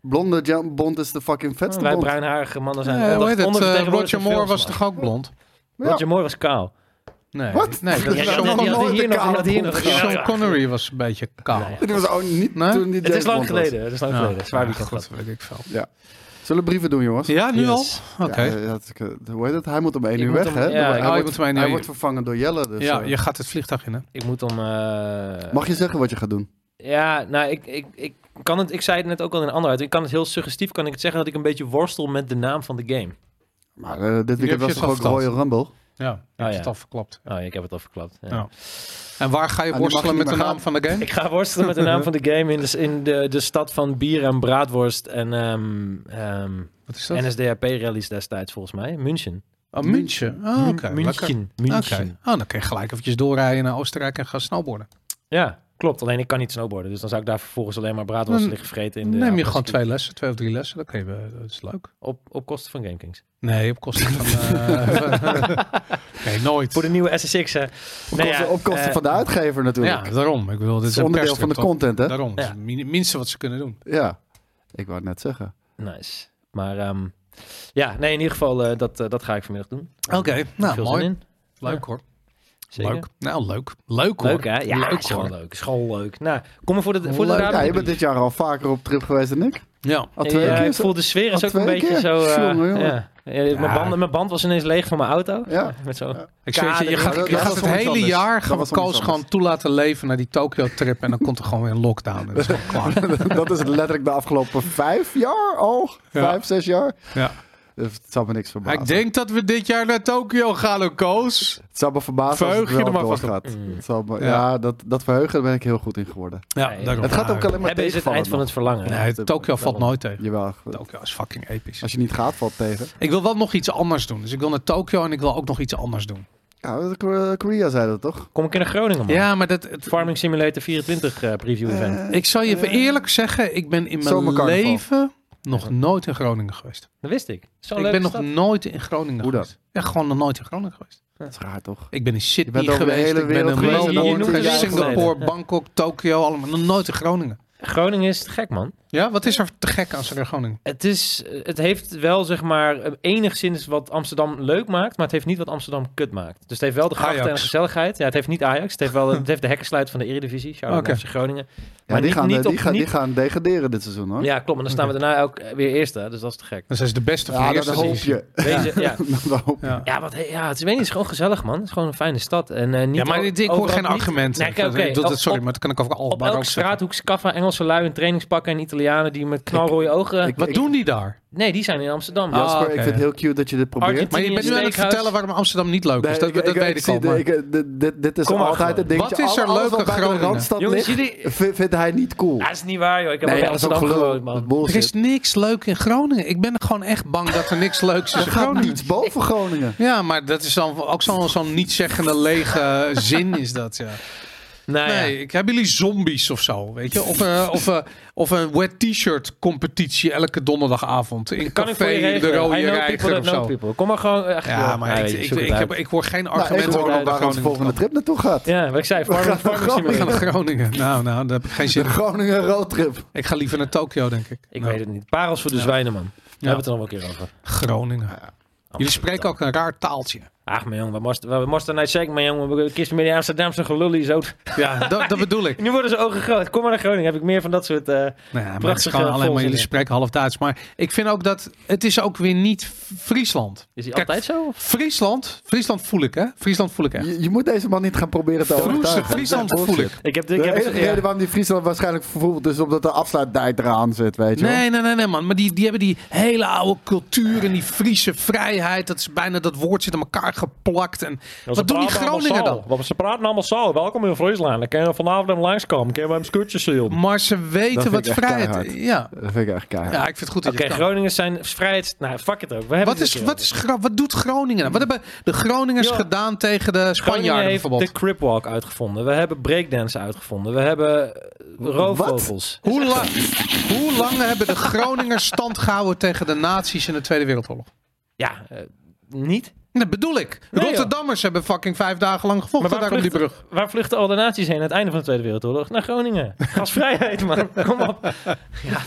Blonde James Bond is de fucking vetste Wij Bond. bruinharige mannen zijn Ja, hoe heet het? Uh, ondervertegenwoordigd Roger in Moore films, was man. toch ook blond? Ja. Roger Moore was kaal. Nee. Wat? Nee, dat Ja, is ja, Sean die had- die had Connery. hier nog- die had hier nog- Sean ja, Connery was een beetje kaal. Nee. Die was ook niet Nee? toen die Het is James lang Bond was. geleden. Het is lang Ja. geleden. Zwaar Ja, weekend goed, gehad. weet ik veel. Ja. Zullen we brieven doen, jongens? Ja, nu Yes. al? Oké. Ja, ja, dat is- eh, hoe heet het? Hij moet om één Ik uur moet weg, om- hè? ja, hij ik- Oh, je wordt, moet om één hij uur. wordt vervangen door Jelle. Dus, Ja, eh, je gaat het vliegtuig in, hè? Ik moet om... eh, Mag je zeggen wat je gaat doen? Ja, nou, ik, ik, ik kan het... Ik zei het net ook al in een ander uit. Ik kan het heel suggestief kan ik het zeggen dat ik een beetje worstel met de naam van de game. Maar uh, dit heb weekend je was het toch al ook verteld? Royal Rumble? Ja, je Oh, hebt ja. het al verklapt. Oh, ik heb het al verklapt. Ja. Ja. En waar ga je Ah, die mag worstelen je met niet de meer naam gaan. van de game? Ik ga worstelen met de naam van de game in de, in de, de stad van bier en braadworst en ehm ehm Wat is dat? N S D A P-rallies destijds volgens mij. München. Oh, München. Oh, oké. München. lekker. München. Oké. Oh, dan kun je gelijk eventjes doorrijden naar Oostenrijk en gaan snowboarden. Ja, klopt. Alleen ik kan niet snowboarden. Dus dan zou ik daar vervolgens alleen maar braadworst Dan liggen vreten. In de Neem je gewoon avondski. twee lessen, twee of drie lessen. Dan kun je, eh, dat is leuk. Op, op kosten van GameKings. Nee, op kosten van... eh, nee, nooit. Voor de nieuwe S S X. hè. Op Nee, kosten, ja, op kosten eh, van de uitgever natuurlijk. Ja, daarom. Ik bedoel, dit Het is is een onderdeel van de persstrip, toch? content, hè? Daarom. Dat is Ja. het min- minste wat ze kunnen doen. Ja. Ik wou het net zeggen. Nice. Maar ehm, ja, nee, in ieder geval, eh, dat, eh, dat ga ik vanmiddag doen. Oké, nou Veel mooi. zin in. Leuk Ja. hoor. Zeker. Leuk. Nou, leuk. Leuk hoor. Leuk hè? Ja, leuk is gewoon hoor. leuk. Is gewoon leuk. Nou, kom maar voor de, voor de Leuk. radio. Ja, je bent dit jaar al vaker op trip geweest dan ik. Ja. Al twee ja, keer. ik voel de sfeer is Al ook een twee beetje keer? zo... eh, Jongen, jongen. ja. Ja, mijn, Ja. band, mijn band was ineens leeg van mijn auto. Ja. Met zo. Ja. Ik zweer het je, je gaat, dat- je dat gaat was het wel iets hele anders. jaar Dat gaan we was wel iets Koos gewoon anders. toe laten leven naar die Tokyo-trip en dan komt er gewoon weer een lockdown. Dat is gewoon klaar. Dat is letterlijk de afgelopen vijf jaar al. Ja. Vijf, zes jaar. Ja. Dus het zou me niks verbazen. Ik denk dat we dit jaar naar Tokyo gaan, hoor, Koos. Het zou me verbazen Verheug als het je wel er maar vast op. doorgaat. Mm. Het zal me- Ja. ja, dat, dat verheugen daar ben ik heel goed in geworden. Ja, Nee, daarom. Het gaat ook alleen maar Hebben is het tegenvallen eind van nog. het verlangen. hè? Nee, Tokyo valt nooit tegen. Jawel. Tokyo is fucking episch. Als je niet gaat, valt het tegen. Ik wil wel nog iets anders doen. Dus ik wil naar Tokyo en ik wil ook nog iets anders doen. Ja, Korea- Korea zei dat toch? Kom ik in naar Groningen, man. Ja, maar dat... Het, Farming Simulator vierentwintig eh, preview event. Eh, ik zal je even eh, eerlijk zeggen, ik ben in mijn Zomercarnaval. leven nog nooit in Groningen geweest. Dat wist ik. Zo'n Ik leuke ben nog stad. nooit in Groningen Hoe geweest. Ja, gewoon nog nooit in Groningen geweest. Dat is raar toch? Ik ben in Sydney bent over de geweest, hele ik ben wereld in geweest en dan Melbourne, noem je geweest, Singapore. Singapore, Bangkok, Tokyo, allemaal nog nooit in Groningen. Groningen is te gek, man. Ja, wat is er te gek aan Groningen? Het, is, het heeft wel, zeg maar, eh, enigszins wat Amsterdam leuk maakt, maar het heeft niet wat Amsterdam kut maakt. Dus het heeft wel de grachten Ajax. en de gezelligheid. Ja, het heeft niet Ajax. Het heeft wel het heeft de hekkersluit van de Eredivisie. Shout-out Oké. naar F C Groningen. Ja, Maar die, niet- gaan, niet die, op- gaan, die niet- gaan degraderen dit seizoen hoor. Ja, klopt. Maar dan staan we daarna ook weer eerste. Dus dat is te gek. Dat is de beste van Ja, de dat eerste hoop divisie. je. Deze, ja. Dat hoop je. Ja. Ja, wat, ja, het is, weet niet, het is gewoon gezellig, man. Het is gewoon een fijne stad. En, eh, niet Ja, maar al- ik, ik hoor overal geen niet- argumenten. Nee, oké, oké. Ik doe dat, Op- sorry, op- maar dat kan ik over Op Alkmaar elke ook zeggen. straathoek skaffa Engelse lui in trainingspakken en Italianen die met knalrode ogen... Ik- Wat doen die daar? nee, die zijn in Amsterdam. Ah, Jasper, oké. ik vind het heel cute dat je dit probeert. Argentinië Maar je bent nu aan het Steakhouse. vertellen waarom Amsterdam niet leuk is. Nee, dat ik- dat ik- weet ik ik zie al. de- Maar ik- dit, dit, dit is Kom maar altijd gewoon. een dingetje. Wat is er Alles wat leuk aan buiten de Groningen? Randstad Jongens, ligt, jullie- v- vindt hij niet cool. Ja, dat is niet waar, joh. Ik heb Nee, ook in dat is ook Amsterdam gelul. gewoond, Dat is man. bullshit. er is niks leuk in Groningen. Ik ben gewoon echt bang dat er niks leuks is Er in gaat Groningen. niets boven Groningen. Ja, maar dat is dan ook zo'n zo'n niet-zeggende lege zin is dat, ja. Nou, ja. Nee, ik heb jullie zombies of zo, weet je? Of, eh, of, eh, of een wet t-shirt competitie elke donderdagavond in Kan ik voor je café De regelen. Rode I know people Reiger that of know zo. people. Kom maar gewoon... Echt, Ja, joh. maar Ja, ik, weet je, ik, zoek ik, het uit. heb, ik hoor geen Nou, ik argumenten hoor waarom al waar onze Groningen volgende kan. trip naartoe gaat. Ja, wat ik zei, Farming, gaan farming naar We gaan Simulator. naar Groningen. Nou, nou, daar heb ik geen zin De in. Groningen roadtrip. Ik ga liever naar Tokio, denk ik. Ik Nou, weet het niet. Parels voor de Ja. zwijnen, man. We Ja. hebben het er nog wel een keer over. Groningen. Jullie spreken ook een raar taaltje. Ach, mijn jongen, we moesten, we moesten naar zeggen, mijn jongen. We kiezen met die Amsterdamse gelullie zo. Ja, dat, dat bedoel ik. Nu worden ze ogen groot. Kom maar naar Groningen. Heb ik meer van dat soort... eh Nou ja, maar het is Prachtige gewoon alleen maar volzinnen. jullie spreken half Duits. Maar ik vind ook dat het is ook weer niet Friesland. Is die Kijk, altijd zo? Of? Friesland, Friesland voel ik hè. Friesland voel ik echt. Je, je moet deze man niet gaan proberen te Friese- overtuigen. Friesland Dat is voel ik. bullshit. Ik heb, De ik heb, enige ja. reden waarom die Friesland waarschijnlijk voelt is omdat de afsluitdijk eraan zit, weet je wel. Nee, nee, nee, nee, man. Maar die, die hebben die hele oude cultuur en die Friese vrijheid. Dat is bijna dat woord zit aan elkaar geplakt. En wat doen die Groningen dan? Want ze praten allemaal zo. Welkom in Friesland. Dan kun je vanavond even langskomen. Kun je bij een scootje zien. Maar ze Dat weten vind wat ik echt vrijheid keihard. Ja. Dat vind ik echt keihard. Ja, ik vind het goed dat Oké, je het kan. Groningers zijn vrijheid... Nou, fuck het ook. We hebben Wat, het is, een keer wat, over. is, Gro- wat doet Groningen dan? Wat hebben de Groningers Ja. gedaan tegen de Groningen Spanjaarden heeft bijvoorbeeld? de cripwalk uitgevonden. We hebben breakdance uitgevonden. We hebben eh, roofvogels. Hoe, lang, hoe lang hebben de Groningers stand gehouden tegen de nazi's in de Tweede Wereldoorlog? Ja, eh, niet. Dat bedoel ik. Nee, Rotterdammers hebben fucking vijf dagen lang gevochten Maar waar daar op die vluchten, brug. waar vluchten al de naties heen aan het einde van de Tweede Wereldoorlog? Naar Groningen. Gasvrijheid, man. Kom op. Ja.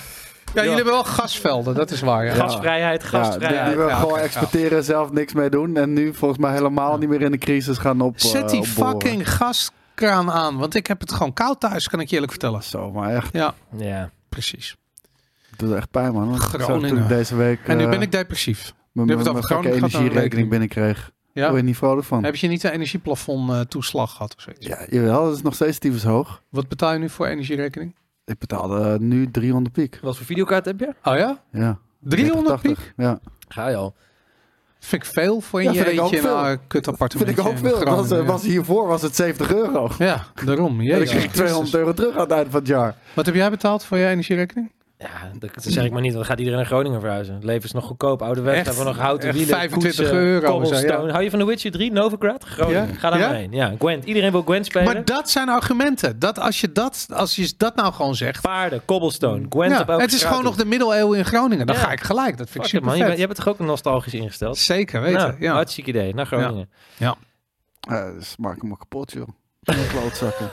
Ja, jullie hebben wel gasvelden, dat is waar. Ja. Gasvrijheid, Ja, gastvrijheid. die, die we Ja, gewoon ja. exporteren, zelf niks mee doen. En nu volgens mij helemaal niet meer in de crisis gaan op. Zet die uh, opboren. fucking gaskraan aan, want ik heb het gewoon koud thuis, kan ik je eerlijk vertellen. Zo, maar echt. Ja, Ja. precies. Het doet echt pijn, man. Groningen. Toen ik deze week. En nu uh, ben ik depressief. mijn Nu hebben we mijn het over gekke Groningen gehad, dan energierekening rekening. binnenkreeg. Ja? Daar word je niet vrolijk van. Heb je niet de energieplafond uh, toeslag gehad of zoiets? Ja, jawel, dat is nog steeds tyfus hoog. Wat betaal je nu voor energierekening? Ik betaalde uh, nu driehonderd piek. Wat voor videokaart heb je? Oh ja? Ja. driehonderd dertig piek? Ja. Ga je al. Vind ik veel voor Ja, in je vind ik ook eentje in veel. een kut appartement. Vind ik ook veel. Was, uh, was hiervoor was het zeventig euro. Ja, daarom. En dan Jezus kreeg ik tweehonderd Christus. euro terug aan het eind van het jaar. Wat heb jij betaald voor je energierekening? Ja, dat, dat zeg ik maar niet. Dan gaat iedereen naar Groningen verhuizen. Het leven is nog goedkoop. Ouderwets Echt? hebben we nog houten Echt wielen, vijfentwintig koetsen, euro, cobblestone. zo, ja. Hou je van The Witcher drie? Novigrad? Groningen. Ja? Ga daar Ja? maar heen. Ja, Gwent. Iedereen wil Gwent spelen. Maar dat zijn argumenten. Dat als je dat, als je dat nou gewoon zegt. Paarden, cobblestone, Gwent Ja, op elke het is straat gewoon nog doen. de middeleeuwen in Groningen. Dan Ja. ga ik gelijk. Dat vind ik Fuck it, super man. Je, vet. bent- je hebt er toch ook nostalgisch ingesteld? Zeker weten. Nou, ja. hartstikke idee. Naar Groningen. Uh, dus maak hem maar kapot, joh. Klootzakken.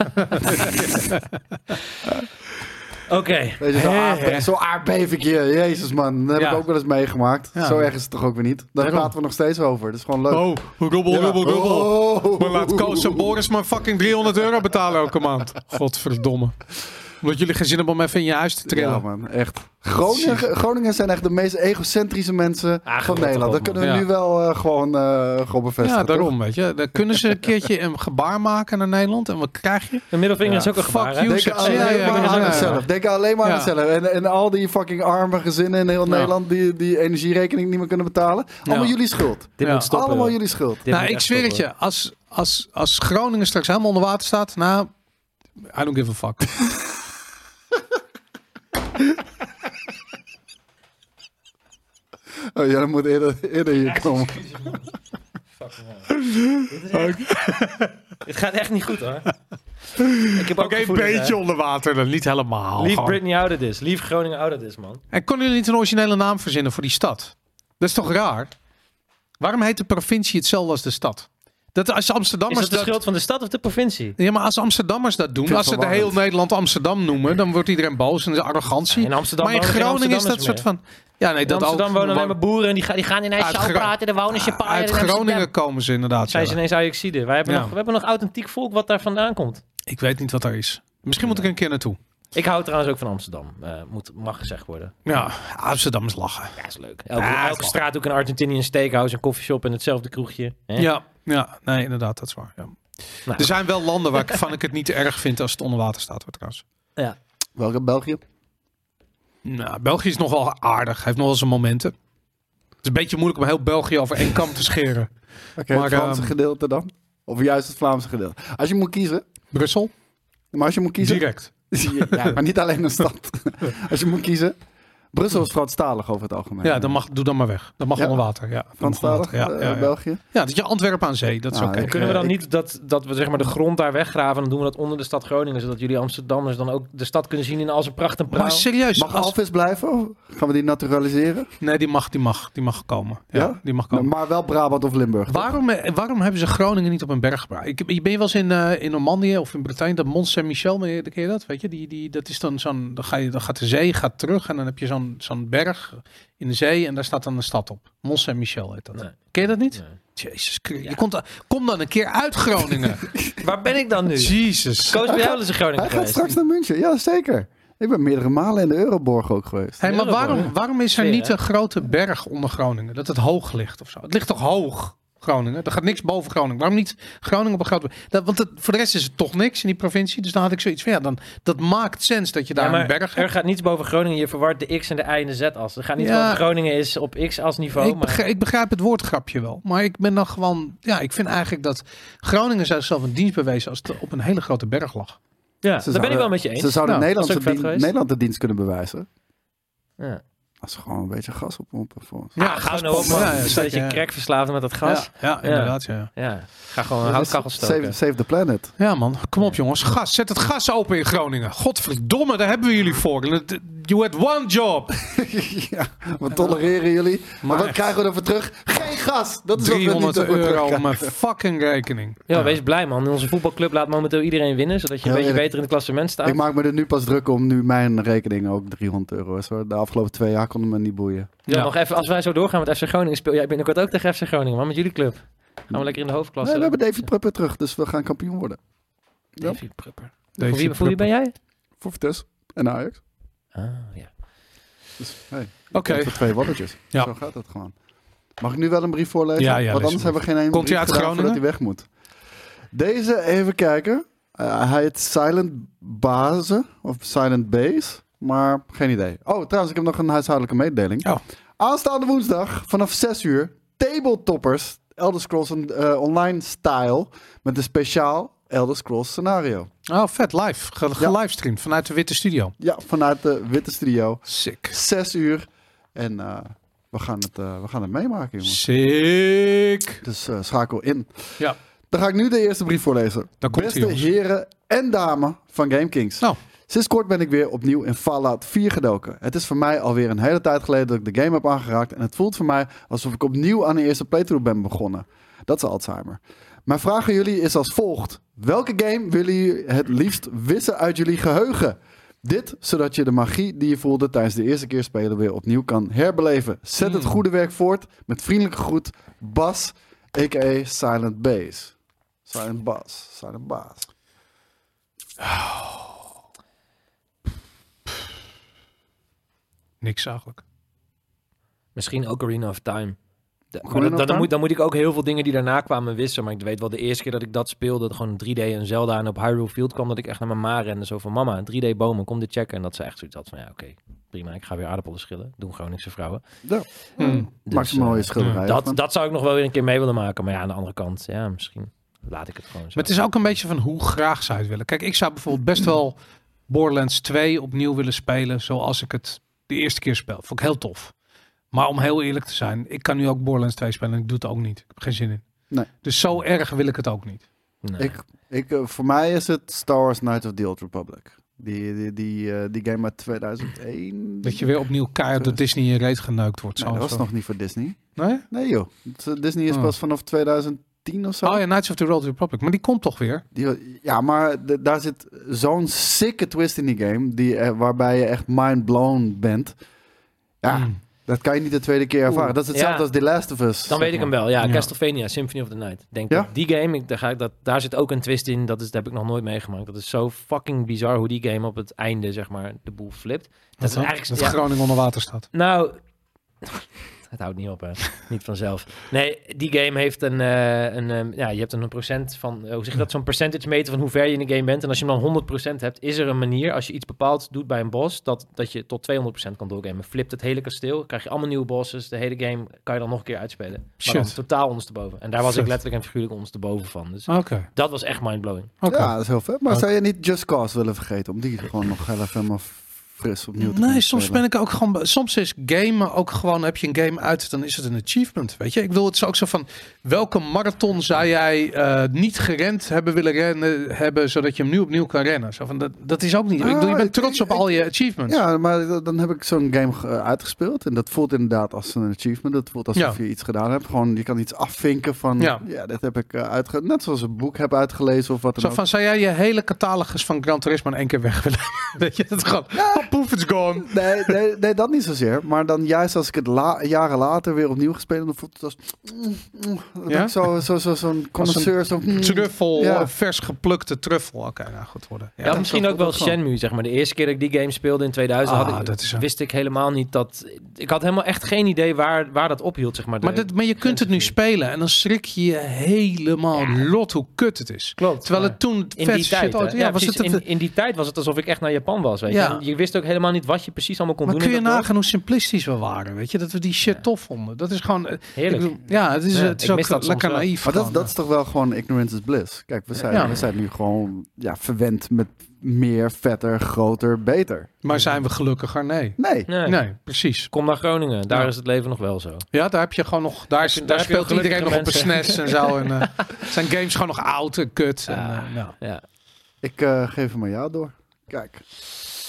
Oké. Weet je, zo'n Hè, aardbe hè. zo aardbevingje. Jezus, man. Dat heb Ja. ik ook wel eens meegemaakt. Ja. Zo erg is het toch ook weer niet. Daar Daarom. praten we nog steeds over. Dat is gewoon leuk. Oh, rubbel, Ja. rubbel, rubbel. Oh. Maar laat Koos en Boris maar fucking driehonderd euro betalen elke maand. Godverdomme. Omdat jullie geen zin hebben om even in je huis te trillen. Ja, man. Echt. Groningen, Groningen zijn echt de meest egocentrische mensen Ah, van rot Nederland. Dat erop, kunnen we man. nu wel uh, gewoon, uh, gewoon bevestigen. Ja, daarom, toch? weet je. Dan kunnen ze een keertje een gebaar maken naar Nederland. En wat krijg je? De middelvinger Ja. is ook een Fuck gebaar, hè? you. Denk Ja, alleen ja, ja, maar ja, aan ja. hetzelfde. Denk alleen maar aan Ja. hetzelfde. En, en al die fucking arme gezinnen in heel Ja. Nederland die, die energierekening niet meer kunnen betalen. Allemaal Ja. jullie schuld. Dit Ja. moet stoppen. Allemaal jullie schuld. Dit Nou, moet ik echt zweer het stoppen. je. Als, als, als Groningen straks helemaal onder water staat. Nou, I don't give a fuck. Oh ja, dat moet eerder, eerder hier komen. Het gaat echt niet goed, hoor. Ik heb ook Oké, een gevoelens, hè. beetje onder water. Dan niet helemaal. Leave gewoon. Britney out of this. Leave Groningen out of this, man. En konden jullie niet een originele naam verzinnen voor die stad? Dat is toch raar? Waarom heet de provincie hetzelfde als de stad? Dat als Is Amsterdammers dat de dat... schuld van de stad of de provincie? Ja, maar als Amsterdammers dat doen, vind als het ze de heel verwarrend. Nederland Amsterdam noemen, dan wordt iedereen boos en de arrogantie. Ja, in Amsterdam maar in wonen geen Groningen is dat Amsterdammers soort van... Ja, nee, In dat Amsterdam ook. wonen alleen maar boeren en die, ga, die gaan ineens Uit zo Gro- praten. Dan wonen ze paaien Uit in Amsterdam. Groningen komen ze inderdaad. Zijn ja. ze ineens Ajaxiden. Wij hebben, Ja. nog, we hebben nog authentiek volk wat daar vandaan komt. Ik weet niet wat er is. Misschien moet ik er een keer naartoe. Ik hou trouwens ook van Amsterdam. Uh, moet, mag gezegd worden. Ja, Amsterdam is lachen. Ja, is leuk. Elke, Ja, elke is straat ook een Argentinian steakhouse, een koffieshop en hetzelfde kroegje. Hè? Ja, ja, nee, inderdaad, dat is waar. Ja. Nou, Er zijn wel landen waarvan ik het niet erg vind als het onder water staat, hoor, trouwens. ja. Welke België? Nou, België is nog wel aardig. Heeft nog wel zijn momenten. Het is een beetje moeilijk om heel België over één kam te scheren. Oké, Maar, het Franse ehm, gedeelte dan? Of juist het Vlaamse gedeelte? Als je moet kiezen. Brussel? Maar als je moet kiezen. Direct. Ja, maar niet alleen een stad. Als je moet kiezen. Brussel is Franstalig over het algemeen. Ja, dan mag, doe dan maar weg. Dat mag Ja. onder water. Ja, Franstalig, ja, eh, ja, ja. België. Ja, dat je Antwerpen aan zee. Dat is Ah, oké. ik- Kunnen we dan ik- niet dat, dat we zeg maar de grond daar weggraven en dan doen we dat onder de stad Groningen, zodat jullie Amsterdammers dan ook de stad kunnen zien in al zijn pracht en praal? Maar serieus. Mag als- Alvis blijven? Of gaan we die naturaliseren? Nee, die mag, die mag, die mag komen. Ja, Ja? die mag komen. Maar wel Brabant of Limburg. toch? Waarom, eh, waarom hebben ze Groningen niet op een berg gebracht? Ik, ben je wel eens in, eh, in Normandië of in Bretagne, dat Mont Saint-Michel, ken je dat? Weet je, die, die, dat is dan zo'n, dan, ga je, dan gaat de zee gaat terug en dan heb je zo'n zo'n berg in de zee en daar staat dan een stad op. Mont Saint-Michel heet dat. Nee. Ken je dat niet? Nee. Jezus Christus. Ja. Je komt, kom dan een keer uit Groningen. Waar ben ik dan nu? Jezus. Koos bij jou wel eens in Groningen Hij gaat geweest? straks naar München. Ja, zeker. Ik ben meerdere malen in de Euroborg ook geweest. Hey, maar Euroborg. waarom, waarom is er Sfeer, niet hè? een grote berg onder Groningen? Dat het hoog ligt of zo. Het ligt toch hoog, Groningen? Er gaat niks boven Groningen. Waarom niet Groningen op een grote berg? Dat, want het, voor de rest is het toch niks in die provincie. Dus dan had ik zoiets van, ja, dan, dat maakt sens dat je daar Ja, maar een berg er hebt. gaat niets boven Groningen. Je verwart de X en de Y en de Z-as. Er gaat niet Ja. boven Groningen is op X-as niveau. Ik maar... begrijp, ik begrijp het woordgrapje wel. Maar ik ben dan gewoon... Ja, ik vind eigenlijk dat Groningen zou zichzelf een dienst bewezen als het op een hele grote berg lag. Ja, Ze daar ben ik zouden- wel met je eens. Ze zouden Nou, Nederlandse dat is ook vet dien- geweest. Nederland de dienst kunnen bewijzen. Ja. Als ze gewoon een beetje gas oppompen. Voor. Ja, Ja, ga nou op, man. Ja, ja, Een zeker, beetje ja. crack verslaven met dat gas. Ja, ja, inderdaad. Ja. Ja. Ga gewoon een houtkachel stoken. Save, save the planet. Ja man, kom op jongens. Gas, zet het gas open in Groningen. Godverdomme, daar hebben we jullie voor. En het- You had one job. ja, wat tolereren jullie? Maar, Maar wat echt. krijgen we ervoor terug? Geen gas! Dat is wat we driehonderd niet euro terug om een fucking rekening. Ja, wees blij man. Onze voetbalclub laat momenteel iedereen winnen, zodat je Heel een beetje eerlijk. beter in het klassement staat. Ik maak me er nu pas druk om, nu mijn rekening ook driehonderd euro is. Hoor. De afgelopen twee jaar kon het me niet boeien. Ja, Ja. nog even, als wij zo doorgaan met F C Groningen, speel jij binnenkort ook tegen F C Groningen, man, met jullie club. Gaan we lekker in de hoofdklasse. Nee, we hebben David Prupper terug, dus we gaan kampioen worden. Ja. David Prupper. David Voor wie, voor wie ben jij? Voor Vitesse en Ajax. Ah, ja. Dus, hey, Oké. voor twee walletjes. Ja. Zo gaat het gewoon. Mag ik nu wel een brief voorlezen? Ja, ja, Want lees anders maar. hebben we geen één Komt brief hij uit gedaan voordat Groningen? hij weg moet. Deze, even kijken. Uh, hij heet Silent Base of Silent Base, maar geen idee. Oh, trouwens, ik heb nog een huishoudelijke mededeling. Oh. Aanstaande woensdag vanaf zes uur Tabletoppers Elder Scrolls uh, Online Style met een speciaal Elder Scrolls scenario. Oh, vet. Live. Ge- Gelivestreamd vanuit de Witte Studio. Ja, vanuit de Witte Studio. Sick. Zes uur. En uh, we, gaan het, uh, we gaan het meemaken, jongens. Sick. Dus uh, schakel in. Ja. Dan ga ik nu de eerste brief voorlezen. Daar komt Beste ie, jongens. heren en dames van GameKings. Nou. Sinds kort ben ik weer opnieuw in Fallout vier gedoken. Het is voor mij alweer een hele tijd geleden dat ik de game heb aangeraakt. En het voelt voor mij alsof ik opnieuw aan de eerste playthrough ben begonnen. Dat is Alzheimer. Mijn vraag aan jullie is als volgt. Welke game willen jullie het liefst wissen uit jullie geheugen? Dit, zodat je de magie die je voelde tijdens de eerste keer spelen weer opnieuw kan herbeleven. Zet het Mm. goede werk voort. Met vriendelijke groet, Bas, a k a. Silent Base. Silent Bas. Silent Bas. Niks eigenlijk. Misschien ook Arena of Time. De- maar Ocarina dat- of dat- dan, Time? moet, dan moet ik ook heel veel dingen die daarna kwamen wissen. Maar ik weet wel, de eerste keer dat ik dat speelde, dat gewoon drie D en Zelda en op Hyrule Field kwam, dat ik echt naar mijn ma rende. Zo van, mama, drie D bomen, kom dit checken. En dat ze echt zoiets had van, ja, oké, prima, ik ga weer aardappelen schillen. Doen Groningse vrouwen. Ja. Hmm. Dus, Maak ze mooie eh, schilderijen. dat, van. dat zou ik nog wel weer een keer mee willen maken. Maar ja, aan de andere kant, ja, misschien laat ik het gewoon zo. Maar het is ook een beetje van hoe graag zou je het willen. Kijk, ik zou bijvoorbeeld best wel Borderlands twee opnieuw willen spelen zoals ik het de eerste keer speel. Vond ik heel tof. Maar om heel eerlijk te zijn, ik kan nu ook Borderlands twee spelen en ik doe het ook niet. Ik heb er geen zin in. Nee. Dus zo erg wil ik het ook niet. Nee. Ik, ik, uh, voor mij is het Star Wars Knights of the Old Republic. Die, die, die, uh, die game uit tweeduizend één. Dat je weer opnieuw keihard door Disney in je reet geneukt wordt. Nee, Zo dat of was zo. nog niet voor Disney. Nee? Nee joh. Het- Disney is Oh. pas vanaf tweeduizend tien of zo. Oh ja, Knights of the Old Republic. Maar die komt toch weer? Die, ja, maar de- daar zit zo'n sikke twist in die game. Die, eh, waarbij je echt mind blown bent. Ja, Hmm. dat kan je niet de tweede keer ervaren. Oeh, dat is hetzelfde ja. als The Last of Us. Dan weet ik hem wel. Ja, Ja. Castlevania, Symphony of the Night. Denk Ja? ik. Die game, ik, daar, ga ik, dat, daar zit ook een twist in. Dat, is, dat heb ik nog nooit meegemaakt. Dat is zo fucking bizar hoe die game op het einde, zeg maar, de boel flipt. Dat is Dat eigenlijk... dat ja, Groningen onder water staat. nou... Het houdt niet op, hè. Niet vanzelf. Nee, die game heeft een... eh, een ehm, ja, je hebt een procent van... eh, hoe zeg je dat? Zo'n percentage meten van hoe ver je in de game bent. En als je hem dan honderd procent hebt, is er een manier... als je iets bepaald doet bij een boss... dat, dat je tot tweehonderd procent kan doorgamen. Flipt het hele kasteel, krijg je allemaal nieuwe bosses. De hele game kan je dan nog een keer uitspelen. Maar dan Shit. totaal ondersteboven. En daar was ik Vet. letterlijk en figuurlijk ondersteboven van. Dus Oké. dat was echt mindblowing. Oké. Ja, dat is heel vet. Maar Oké. zou je niet Just Cause willen vergeten? Om die gewoon nog heel even helemaal fris opnieuw te Nee, kunnen soms spelen? ben ik ook gewoon. Soms is game ook gewoon. Heb je een game uit, dan is het een achievement. Weet je, ik wil het zo ook zo van. Welke marathon zou jij eh, niet gerend hebben willen rennen hebben, zodat je hem nu opnieuw kan rennen? Zo van dat, dat is ook niet. ik bedoel, je Ah, bent ik- trots op ik- al je achievements. Ja, maar dan heb ik zo'n game eh, uitgespeeld. En dat voelt inderdaad als een achievement. Dat voelt alsof Ja. je iets gedaan hebt. Gewoon, je kan iets afvinken van... Ja. Ja, dit heb ik uh, uitge... Net zoals een boek heb uitgelezen of wat dan Zo ook. van, zou jij je hele catalogus van Gran Turismo in één keer weg willen? Weet je, dat is gewoon, oh, poef, it's gone. Nee, nee, nee, dat niet zozeer. Maar dan juist als ik het la- jaren later weer opnieuw gespeeld, dan voelt het als... Mm, mm, dat Ja? ik zo, zo, zo, zo'n connoisseur. Zo, mm, Truffel, Ja. eh, vers geplukte truffel. Oké, nou goed worden. Ja, dat misschien is ook wel wel gewoon. Shenmue, zeg maar. De eerste keer dat ik die game speelde in tweeduizend, Ah, had ik, dat is een- wist ik helemaal niet dat... Ik had helemaal echt geen idee waar, waar dat ophield, zeg maar. De- Maar, dat, maar je kunt het nu spelen en dan schrik je je helemaal Ja. lot hoe kut het is. Klopt. Terwijl ja. het toen in vet die shit tijd, ooit- hè? ja, ja, was precies. het in, in die tijd was het alsof ik echt naar Japan was, weet je. Ja. En je wist ook helemaal niet wat je precies allemaal kon Maar doen. kun je in dat dorp. nagaan hoe simplistisch we waren, weet je? Dat we die shit tof vonden. Dat is gewoon... eh, Heerlijk. ik bedoel, ja, het is, Ja, het is ik ook mis dat lekker soms wel. naïef. Maar dat, gewoon, dat is toch wel gewoon ignorance is bliss. Kijk, we zijn, Ja. we zijn nu gewoon ja, verwend met meer, vetter, groter, beter. Maar zijn we gelukkiger? Nee. Nee. Nee. Nee, precies. Kom naar Groningen, daar Ja. is het leven nog wel zo. Ja, daar heb je gewoon nog... Daar, is, Daar daar heb je speelt ook iedereen nog op een gelukkige S N E S en zo. En, eh, zijn games gewoon nog oud en kut. En, Ja. eh, ja. Ja. Ik eh, geef hem aan jou door. Kijk.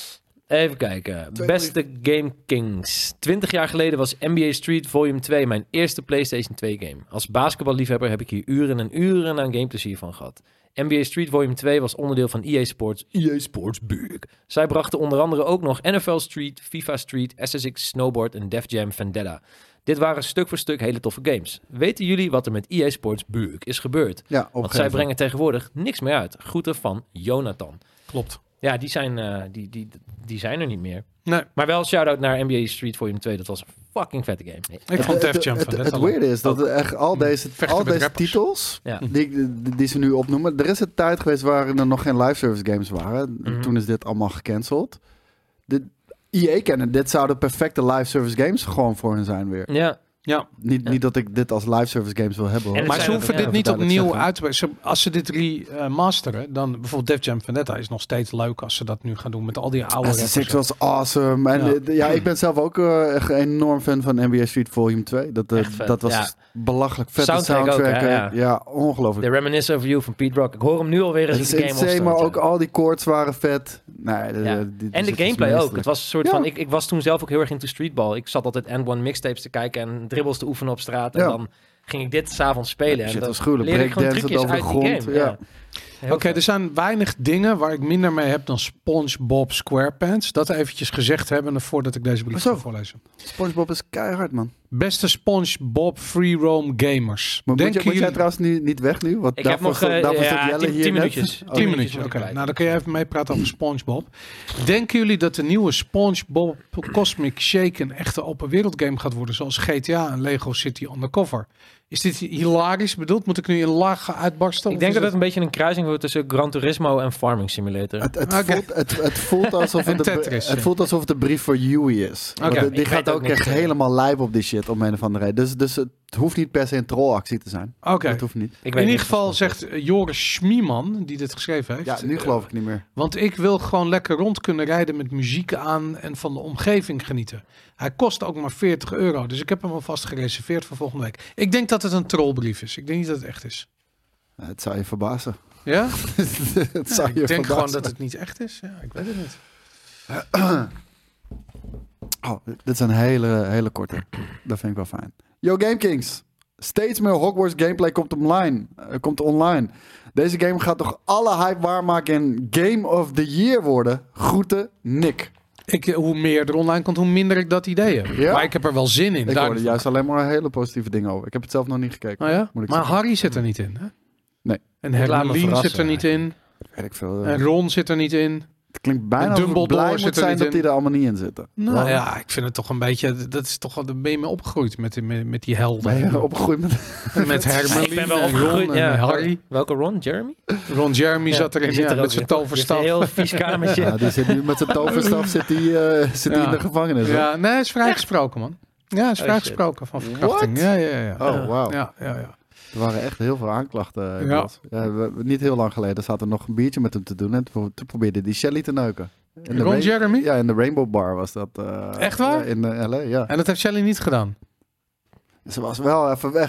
Even kijken. Twee Beste Game Kings. twintig jaar geleden was N B A Street Volume twee mijn eerste PlayStation twee game. Als basketballiefhebber heb ik hier uren en uren aan gameplezier van gehad. N B A Street Volume twee was onderdeel van E A Sports. E A Sports Big. Zij brachten onder andere ook nog N F L Street, FIFA Street, S S X Snowboard en Def Jam Vendetta. Dit waren stuk voor stuk hele toffe games. Weten jullie wat er met E A Sports Big is gebeurd? Ja, Want zij brengen tegenwoordig niks meer uit. Groeten van Jonathan. Klopt. Ja, die zijn, uh, die, die, die zijn er niet meer. Nee. Maar wel shout-out naar N B A Street Volume twee. Dat was een fucking vette game. Ik vond Def Jam Het, van het, het weirde is dat echt al deze, Vechten al met deze rappers. titels Ja. die, die, die ze nu opnoemen. Er is een tijd geweest waarin er nog geen live service games waren. Mhm. Toen is dit allemaal gecanceld. De E A kennen, dit zouden perfecte live service games gewoon voor hen zijn weer. Ja, Ja. Niet, Ja. niet dat ik dit als live service games wil hebben. Hoor. En Maar het ze zijn hoeven ook- dit ja, niet duidelijk opnieuw zeggen. uit te brengen. Ze- Als ze dit remasteren, dan bijvoorbeeld Def Jam Vendetta is nog steeds leuk als ze dat nu gaan doen met al die oude S S X rappers. was awesome. En Ja. eh, ja, ik ben zelf ook eh, echt een enorm fan van N B A Street Volume twee. Dat, eh, Echt vet. dat was Ja. belachelijk vette Soundtrack soundtrack. ook, hè, eh, ja. ja, ongelooflijk. The Reminisce Over You van Pete Rock. Ik hoor hem nu alweer Het eens is in de game insane, maar opstarten. ook al die chords waren vet. Nee, de, Ja. de- die- En de dit is gameplay ook. meesterlijk. Het was een soort Ja. van... Ik, ik was toen zelf ook heel erg into streetball. Ik zat altijd N one mixtapes te kijken en dribbles te oefenen op straat. En Ja. dan ging ik dit s'avonds spelen. Ja, en shit, dan was gruwelijk. leerde ik gewoon Breakdancen trucjes over de uit die grond, game. ja. Heel Oké, vet. er zijn weinig dingen waar ik minder mee heb dan SpongeBob SquarePants. Dat eventjes gezegd hebben voordat ik deze brief Zo. ga voorlezen. SpongeBob is keihard, man. Beste SpongeBob Free Roam gamers. Maar moet, Denken je, moet jij jullie... trouwens niet, niet weg nu? Want Ik daarvoor heb nog stond- eh, daarvoor ja, stond Jelle tien, hier tien net. minuutjes. Oh, tien Tien minuutjes, moet oké. ik kwijt. Nou, dan kun je even meepraten over SpongeBob. Denken jullie dat de nieuwe SpongeBob Cosmic Shake een echte open wereld game gaat worden, zoals G T A en Lego City Undercover? Is dit hilarisch bedoeld? Moet ik nu in lachen uitbarsten? Ik Of denk is dat het een beetje een kruising wordt tussen Gran Turismo en Farming Simulator. Het, het, Oké. voelt, het, het voelt alsof En het, de, Tetris, het ja. voelt alsof het de brief voor Huey is. Want Oké. de- die Ik gaat weet ook ook echt niet. helemaal lijp op die shit om een of andere reden. Dus, dus het hoeft niet per se een trollactie te zijn. Oké. Dat hoeft niet. Ik weet In niet ieder geval wat het zegt eh, Joris Schmieman, die dit geschreven heeft. Ja, nu geloof ik niet meer. Want ik wil gewoon lekker rond kunnen rijden met muziek aan en van de omgeving genieten. Hij kost ook maar veertig euro, dus ik heb hem alvast gereserveerd voor volgende week. Ik denk dat het een trollbrief is. Ik denk niet dat het echt is. Het zou je verbazen. Ja? het zou Ja, je ik denk verbazen. gewoon dat het niet echt is. Ja, ik weet het niet. Oh, dit is een hele, hele korte. Dat vind ik wel fijn. Yo, Game Kings. Steeds meer Hogwarts gameplay komt online. eh, komt online. Deze game gaat toch alle hype waarmaken en Game of the Year worden? Groeten, Nick. Ik, hoe meer er online komt, hoe minder ik dat idee heb. Ja? Maar ik heb er wel zin in. Ik Daar- hoorde juist alleen maar hele positieve dingen over. Ik heb het zelf nog niet gekeken. Oh ja? Moet ik Maar zeggen. Harry zit er niet in. Hè? Nee. En Ik laat me Hermeline verrassen, zit er niet in. Weet ik veel. eh. En Ron zit er niet in. Het klinkt bijna en alsof ik Dumbledore blij zit moet er zijn niet dat in. die er allemaal niet in zitten. Nou Waarom? ja, ik vind het toch een beetje... Dat is toch wel... Daar ben je mee opgegroeid met, die- met, met die helden. Ben je opgegroeid met... Met Hermeline Ik ben wel en opgegroeid. Ron en Ja. Harry. Welke Ron? Jeremy? Ron Jeremy Ja, zat erin, die zit ja, er ook met zijn in. toverstaf. Die heeft een heel vies kamertje. Ja, die zit nu met zijn toverstaf zit die, eh, zit die Ja. in de gevangenis. hoor. Ja, nee, hij is vrijgesproken, man. Ja, hij is Oh, vrijgesproken van verkrachting. What? Ja, ja, ja. Oh, wauw. Ja, ja, ja. Er waren echt heel veel aanklachten. eh, Ja. Bas. Ja, we, we- niet heel lang geleden zaten we nog een biertje met hem te doen. En toen, toen probeerde die Shelly te neuken. In de Ron Rain- Jeremy? Ja, in de Rainbow Bar was dat. eh, Echt waar? Ja, in de L A, ja. En dat heeft Shelly niet gedaan. Ze was wel even weg.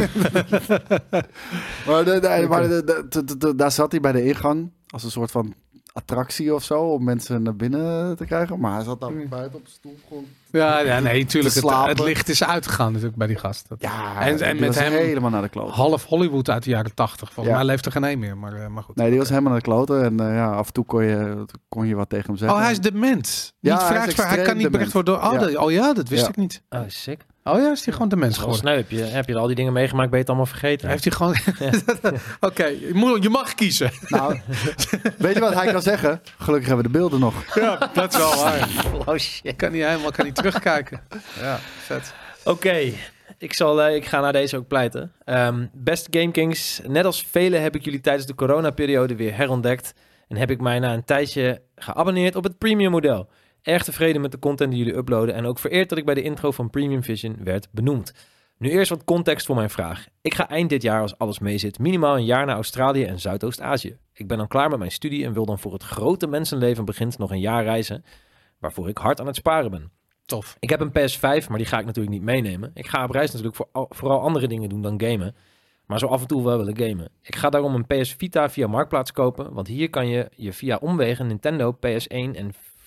maar de, de- maar de- de- de- de- de- daar zat hij bij de ingang. Als een soort van attractie of zo. Om mensen naar binnen te krijgen. Maar hij zat daar Hmm. buiten op de stoel. Gewoon. Ja, ja nee, tuurlijk. Te Het, slapen. het licht is uitgegaan natuurlijk bij die gast. Dat- Ja, En- en die met was hem- helemaal naar de kloot. Half Hollywood uit de jaren tachtig. Volgens Ja. mij leeft er geen één meer, maar, eh, maar goed. Nee, die was helemaal naar de kloten. En eh, ja, af en toe kon je, kon je wat tegen hem zeggen. Oh, hij is dement. Ja, Niet hij is vraagbaar. Hij kan extreem niet bericht worden door... Oh, Ja. dat- oh ja, dat wist Ja. ik niet. Oh, sick. Oh ja, is hij gewoon dement Gewoon geworden? sneu. Heb je, heb je al die dingen meegemaakt, ben je het allemaal vergeten? Heeft hij gewoon... Oké, je, moet- je mag kiezen. Nou, weet je wat hij kan zeggen? Gelukkig hebben we de beelden nog. Ja, dat is wel waar. Oh shit. Kan niet helemaal kan niet terugkijken. Ja, vet. Oké, ik, zal, eh, ik ga naar deze ook pleiten. Ehm beste Game Kings, net als velen heb ik jullie tijdens de coronaperiode weer herontdekt. En heb ik mij na een tijdje geabonneerd op het premium model. Erg tevreden met de content die jullie uploaden en ook vereerd dat ik bij de intro van Premium Vision werd benoemd. Nu eerst wat context voor mijn vraag. Ik ga eind dit jaar, als alles meezit, minimaal een jaar naar Australië en Zuidoost-Azië. Ik ben dan klaar met mijn studie en wil dan voor het grote mensenleven begint nog een jaar reizen, waarvoor ik hard aan het sparen ben. Tof. Ik heb een P S vijf, maar die ga ik natuurlijk niet meenemen. Ik ga op reis natuurlijk voor al- vooral andere dingen doen dan gamen. Maar zo af en toe wel willen gamen. Ik ga daarom een P S Vita via Marktplaats kopen, want hier kan je je via omwegen Nintendo, P S één en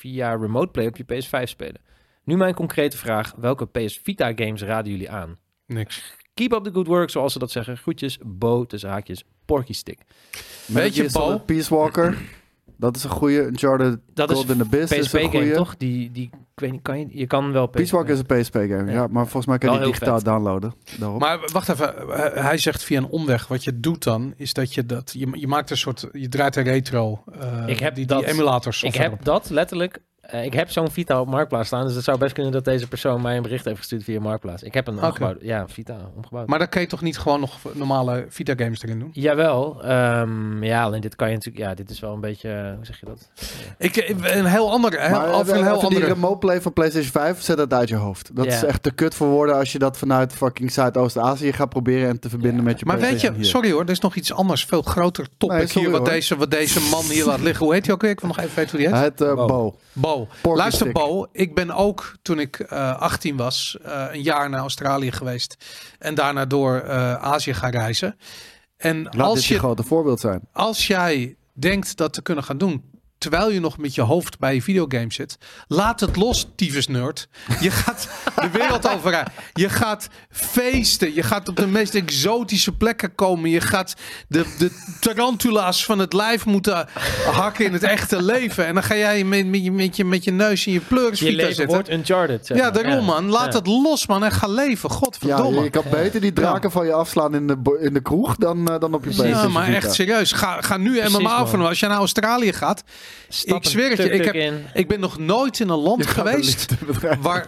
via Remote Play op je P S vijf spelen. Nu mijn concrete vraag. Welke P S Vita games raden jullie aan? Niks. Keep up the good work, zoals ze dat zeggen. Groetjes, Bo, tussen haakjes, Porky Stick. Weet je, Bo? Peace Walker. Dat is een goede. Uncharted Dat Gold in the Abyss P is S een P-game, goede. toch? Die, die, ik weet niet, kan je, je kan wel... P S P Peace Walker is een P S P-game, ja. Ja. Maar volgens mij kan je Wel die heel digitaal vet. downloaden. Daarop. Maar wacht even, uh, hij zegt via een omweg. Wat je doet dan, is dat je dat... Je, je maakt een soort... Je draait een retro. Uh, Ik heb die, dat- die emulators. Ik software heb dat letterlijk... Uh, ik heb zo'n Vita op Marktplaats staan, dus het zou best kunnen dat deze persoon mij een bericht heeft gestuurd via Marktplaats. Ik heb een Oké. omgebouwd... Ja, Vita omgebouwd. Maar dan kan je toch niet gewoon nog normale Vita-games erin doen? Jawel. Um, ja, alleen dit kan je natuurlijk... Ja, dit is wel een beetje... uh, hoe zeg je dat? Ik, een heel andere... Heel, Maar over een even heel die andere... remote play van PlayStation vijf, zet dat uit je hoofd. Dat Ja. is echt te kut voor woorden als je dat vanuit fucking Zuidoost-Azië gaat proberen en te verbinden Ja. met je Maar weet PlayStation je, hier. sorry hoor, er is nog iets anders. Veel groter topic Nee, sorry hier, wat hoor. deze, wat deze man hier laat liggen. Hoe heet hij ook weer? Ik wil nog even weten hoe die heet. Hij heet uh, Bo. Bo. Bo. Porky Luister Stick. Bo, ik ben ook toen ik uh, achttien was, uh, een jaar naar Australië geweest. En daarna door uh, Azië gaan reizen. En Laat dit als, je je, grote voorbeeld zijn. als jij denkt dat te kunnen gaan doen, terwijl je nog met je hoofd bij je videogame zit, laat het los, tyfus nerd. Je gaat de wereld over. Je gaat feesten. Je gaat op de meest exotische plekken komen. Je gaat de, de tarantula's van het lijf moeten hakken in het echte leven. En dan ga jij met, met, je, met, je, met je neus in je Je pleurisvita leven zitten. wordt Uncharted. zeg Ja, maar. daarom man. Laat Ja. het los man en ga leven. Ja, Godverdomme. je kan beter die draken van je afslaan in de, bo- in de kroeg dan, uh, dan op je Ja, PlayStation Ja, maar Vita. echt serieus. Ga, ga nu Precies, M M A man. van. Als je naar Australië gaat. Stap Ik een zweer het je, ik tuk-tuk heb- in. Ik ben nog nooit in een land Je gaat een geweest liefdebedrijf. waar,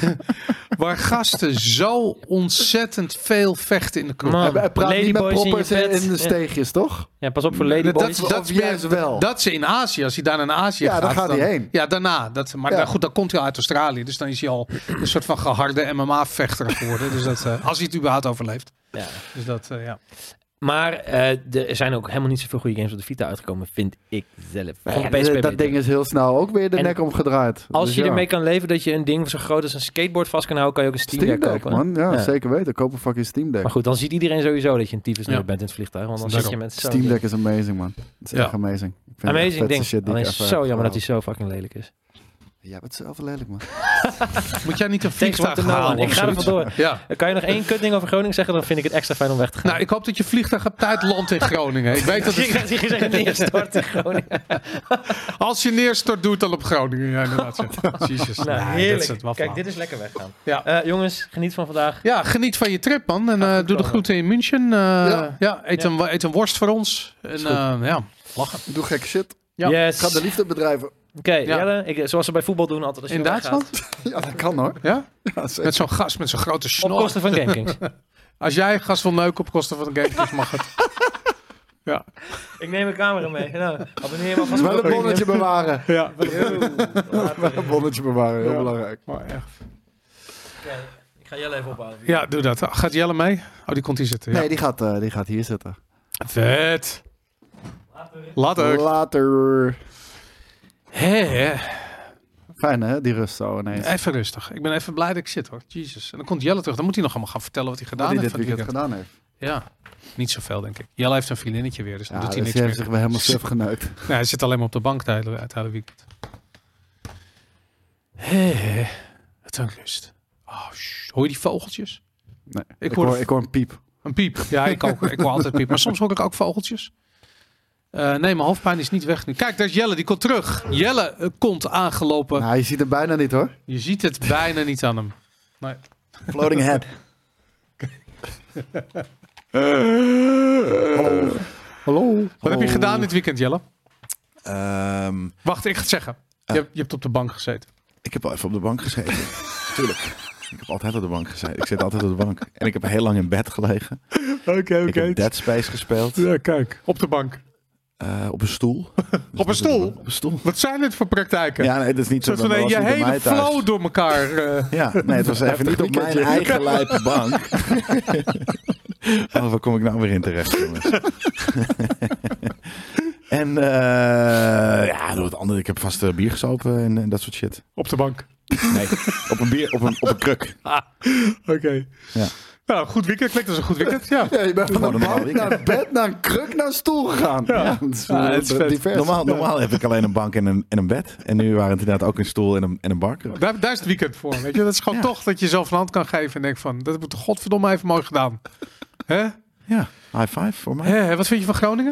waar gasten zo ontzettend veel vechten in de kroeg. Man. Hij- hij praat niet met Ladyboys in je proppers in, bed. in de Ja. steegjes, toch? Ja, pas op voor Dat, Ladyboys. dat, Of dat, is juist meer- wel. dat ze in Azië, als hij daar naar Azië Ja, gaat. dan gaat hij heen. Ja, daarna. Dat, maar Ja. dan, goed, dan komt hij uit Australië. Dus dan is hij al een soort van geharde M M A-vechter geworden. Dus dat, uh, als hij het überhaupt overleeft. Ja. Dus dat, uh, ja. Maar uh, er zijn ook helemaal niet zoveel goede games op de Vita uitgekomen, vind ik zelf. Vond Ja, de P S P dat beter. ding is heel snel ook weer de En nek omgedraaid. Als Dus je ja. ermee kan leven dat je een ding zo groot als een skateboard vast kan houden, kan je ook een Steam, Steam Deck Deck, kopen. man. Ja, Ja. zeker weten. Koop een fucking Steam Deck. Maar goed, dan ziet iedereen sowieso dat je een tyfus Ja. bent in het vliegtuig. Want dan Daarom. zit je met zo'n Steam Deck is amazing, man. Het is Ja. echt amazing. Ik vind het echt amazing vetste ding. shit die Alleen ik ever zo heb jammer dat hij gedaan. zo fucking lelijk is. Jij bent zelf lelijk, man. Moet jij niet een Thanks for vliegtuig the know, halen? man. Ik of ga er zoiets? vandoor. Ja. Dan kan je nog één kut ding over Groningen zeggen, dan vind ik het extra fijn om weg te gaan. Nou, ik hoop dat je vliegtuig op tijd landt in Groningen. Ik weet dat Je het, gaat hier zeggen neerstort in Groningen. als je neerstort, doe het dan op Groningen. Ja, inderdaad. Jezus. Nou, Nee, dat heerlijk. is het wel Kijk, flauw. dit is lekker weggaan. Ja. Uh, jongens, geniet van vandaag. Ja, geniet van je trip, man. En Gaat uh, goed doe de komen. groeten in München. Uh, ja. Ja. eet, Ja. Een, eet een worst voor ons. En Is goed. uh, ja, lachen. Doe gekke shit. Ja. Yes. Ga de liefde bedrijven. Oké, Ja. Jelle, ik, zoals ze bij voetbal doen altijd als je In weggaat. Duitsland? Ja, dat kan hoor. Ja? Ja, zeker. Met zo'n gast met zo'n grote Op snor. kosten van GameKings. Als jij gas wil neuken op kosten van de Gamekings, mag het. Ja. Ik neem mijn camera mee. Nou, abonneer je maar Wel een bonnetje bewaren. Ja. Wel een bonnetje bewaren, heel Ja. belangrijk. Maar echt. Ik ga Jelle even ophalen. Ja, doe dat. Gaat Jelle mee? Oh, die komt hier zitten. Ja. Nee, die gaat, uh, die gaat hier zitten. Vet. Later. Later. Hé, Fijn hè, die rust zo ineens. even rustig. Ik ben even blij dat ik zit hoor. Jezus. En dan komt Jelle terug. Dan moet hij nog allemaal gaan vertellen wat hij gedaan Wat hij heeft. dit van weekend het gedaan heeft. Ja, niet zoveel denk ik. Jelle heeft een vriendinnetje weer, dus dan Ja, doet hij dus niks die heeft meer. zich weer helemaal suf geneukt. Ja, hij zit alleen maar op de bank het hele, het hele weekend. Hé, wat een rust. Oh, shh. Hoor je die vogeltjes? Nee, Ik ik, hoor- hoor, ik hoor een piep. Een piep. Ja, ik ook. Ik hoor altijd piep. Maar soms hoor ik ook vogeltjes. Uh, nee, mijn hoofdpijn is niet weg nu. Kijk, daar is Jelle. Die komt terug. Jelle uh, komt aangelopen. Nou, je ziet hem bijna niet hoor. Je ziet het bijna niet aan hem. Nee. Floating head. Hallo. Hallo. Wat heb je gedaan dit weekend, Jelle? Ehm, Wacht, ik ga het zeggen. Je, hebt, je hebt op de bank gezeten. ik heb al even op de bank gezeten. Tuurlijk. Ik heb altijd op de bank gezeten. Ik zit altijd op de bank. En ik heb heel lang in bed gelegen. Oké, Ik heb Dead Space gespeeld. Ja, kijk. Op de bank. Uh, op een stoel. Op een stoel? Op een stoel. Wat zijn dit voor praktijken? Ja, nee, dat is niet zo. Soort van, dat was je niet bij hele mij thuis. flow door elkaar. Uh, Ja, nee, het was even niet op mijn weekendje. eigen lijpe bank. Oh, waar kom ik nou weer in terecht, jongens? En uh, ja, door het andere. Ik heb vast uh, bier gesopen en, en dat soort shit. op de bank. Nee, op een bier, op een, op een kruk. Oké. Ja. Nou, goed weekend. Klinkt als een goed weekend. Ja. Ja, je bent van Gewoon een een bank normaal naar een bed, naar een kruk, naar een stoel gegaan. Ja. Ja, dat is, Ja, eh, het is vet. divers. Normaal, normaal heb ik alleen een bank en een, en een bed. En nu waren het inderdaad ook een stoel en een, en een barkruk. Daar, daar is het weekend voor. Weet je? Dat is gewoon Ja. toch dat je zelf van hand kan geven en denkt van, dat heb ik toch godverdomme even mooi gedaan. Hè? Ja, high five voor mij. Hè, wat vind je van Groningen?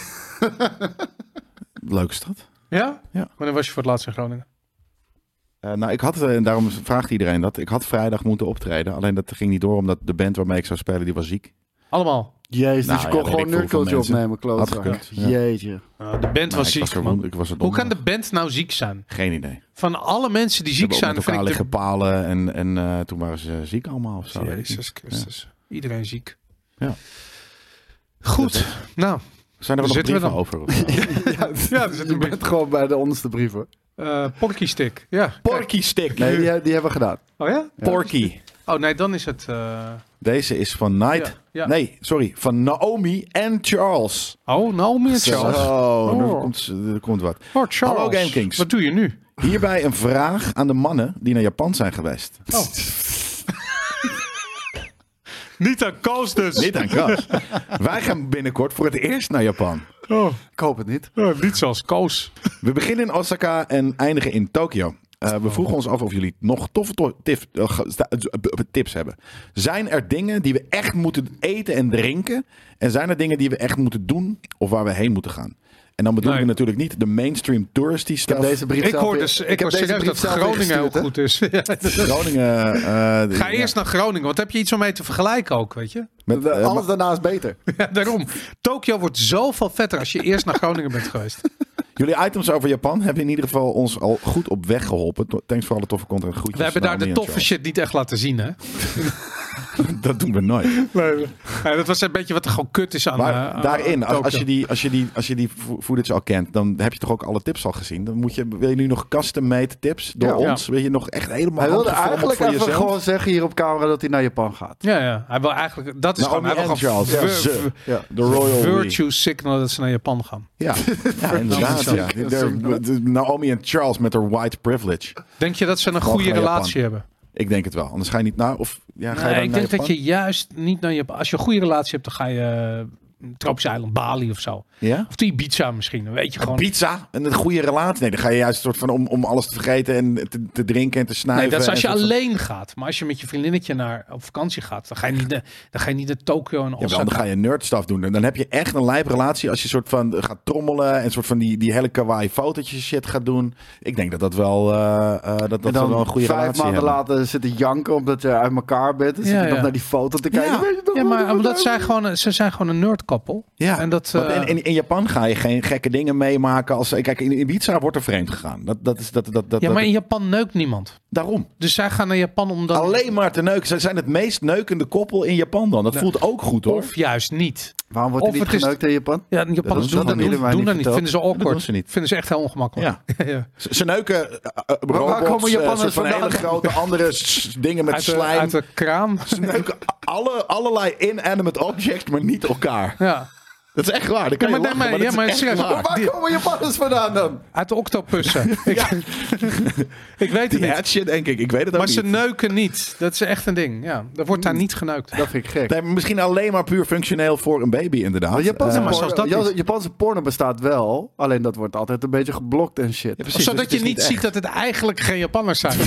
Leuke stad. Ja? Ja. Wanneer was je voor het laatst in Groningen? Uh, nou, ik had, en daarom vraagt iedereen dat. Ik had vrijdag moeten optreden. Alleen dat ging niet door, omdat de band waarmee ik zou spelen, die was ziek. Allemaal. Jezus, Nou, dus je ja, kon weet gewoon ik veel nerdculture hoeveel mensen. opnemen, klootzak. Had gekund, ja. Jeetje. Uh, de band Nou, was ik ziek, was er, man. ik was er Hoe kan donderdag. de band nou ziek zijn? Geen idee. Van alle mensen die Ze ziek hebben ook zijn, met elkaar vind ik liggen de... palen en, en uh, toen waren ze ziek allemaal of zo. weet ik Jezus niet. Christus. Iedereen ziek. Ja. Goed. Dat Nou, Zijn er nog Zitten we brieven dan? over? Of zo? Ja, ja, er zit je een bent gewoon bij de onderste brieven. uh, Porky Stick. Ja. Porky Stick. Nee, die, die hebben we gedaan. Oh ja? Porky. Oh nee, dan is het... Uh... Deze is van Night. Ja, ja. Nee, sorry. Van Naomi en Charles. Oh, Naomi en Charles. Zo, er, Oh. komt, er komt wat. Oh, Charles. Hallo Game Kings. Wat doe je nu? Hierbij een vraag aan de mannen die naar Japan zijn geweest. Oh. Niet aan Koos dus. Niet aan Kas. Wij gaan binnenkort voor het eerst naar Japan. Oh. Ik hoop het niet. Oh, niet zoals Koos. We beginnen in Osaka en eindigen in Tokio. Uh, we vroegen ons af of jullie nog toffe to- tif- uh, sta- uh, tips hebben. Zijn er dingen die we echt moeten eten en drinken? En zijn er dingen die we echt moeten doen of waar we heen moeten gaan? En dan bedoelen Nee. we natuurlijk niet de mainstream touristy Ik heb stuff. deze brief Ik zelf hoor weer- dus, ik heb hoor deze serieus brief dat zelf Groningen heel ingestuurd, hè? goed is. Groningen. uh, Ga ja, eerst naar Groningen, want heb je iets om mee te vergelijken ook, weet je? met, De- uh, Alles daarna is beter. Ja, daarom. Tokio wordt zoveel vetter als je eerst naar Groningen bent geweest. Jullie items over Japan hebben in ieder geval ons al goed op weg geholpen. To- Thanks voor alle toffe content. Groetjes. We hebben daar Naomi de en toffe Charles. shit niet echt laten zien, hè? Dat doen we nooit. Nee. Ja, dat was een beetje wat er gewoon kut is aan. Maar uh, aan- daarin, aan als, als, Tokio. je die, als, je die, als je die vo- footage al kent, dan heb je toch ook alle tips al gezien. Dan moet je, wil je nu nog custom-made tips door Ja. ons? Wil je nog echt helemaal Hij wilde handgevormd eigenlijk voor even jezelf? gewoon zeggen hier op camera dat hij naar Japan gaat. Ja, ja. Hij wil eigenlijk... Dat is Naomi gewoon... Hij wil en gewoon Charles. vir- Ja, ze. Ja. De Royal virtue signal dat ze naar Japan gaan. We. Ja, ja inderdaad. Ja. De- de- Naomi en Charles met haar white privilege. Denk je dat ze een Gewoon goede naar relatie hebben? Ik denk het wel. Anders ga je niet naar... Of, ja, ga je Nee, dan ik naar denk dat Japan? je juist niet naar Japan... Als je een goede relatie hebt, dan ga je... Uh, tropisch eiland Bali of zo. Ja? Of de Ibiza misschien. Dan weet je gewoon... Pizza en een goede relatie. Nee, dan ga je juist soort van om, om alles te vergeten en te, te drinken en te snuiven. Nee, dat is als je en soort van- alleen gaat. Maar als je met je vriendinnetje naar, op vakantie gaat, dan ga je niet, de, dan ga je niet naar Tokio en Ja, wel, Osaka. dan ga je nerdstuff doen. En dan heb je echt een lijp relatie als je soort van gaat trommelen en soort van die, die hele kawaii fotootjes shit gaat doen. Ik denk dat dat wel, uh, uh, dat, dat En we wel dan een goede vijf relatie maanden hebben. later zitten janken omdat je uit elkaar bent. Dan Ja, zit je nog ja. naar die foto te kijken. Ja. Weet je nog Ja, wat maar er omdat was? zij gewoon, ze zijn gewoon een nerdkoppel. Ja, En dat, want eh, in, in, in Japan ga je geen gekke dingen meemaken. Als, kijk, in Ibiza wordt er vreemd gegaan. Dat, dat is, dat, dat, dat, Ja, maar dat- in Japan neukt niemand. daarom. Dus zij gaan naar Japan omdat... Alleen maar te neuken. Zij zijn het meest neukende koppel in Japan dan. Dat Ja. voelt ook goed hoor. Of juist niet. Waarom wordt er Of niet het is- geneukt in Japan? Ja, in Japan dat doen hadden dat, jullie doen, mij doen niet dat niet. verteld. Vinden ze awkward. Dat doen ze niet. Vinden ze echt heel ongemakkelijk. Ja. ja. Ze, ze neuken uh, uh, waar robots, komen uh, Japanners soort van hele vandaan? grote andere s- dingen met Uit, de, slijm. uit de kraan. Ze neuken alle, allerlei inanimate objects, maar niet elkaar. Ja. Dat is echt waar. Dat kan Ja, je maar lachen, nee, maar, maar- dat is ja, maar echt serieus, waar. Waar Die- komen Japanners vandaan dan? Uit de octopussen. ik, ik weet het Die niet. hatchet, denk ik. Ik weet het ook Maar ze niet. neuken niet. Dat is echt een ding. Ja, er wordt daar niet geneukt. Dat vind ik gek. Nee, maar misschien alleen maar puur functioneel voor een baby, inderdaad. Maar Japanse, Eh, maar porno, zelfs dat Ja, niet. Japanse porno bestaat wel, alleen dat wordt altijd een beetje geblokt en shit. ja, precies, dus Zodat het je is niet ziet echt. dat het eigenlijk geen Japanners zijn.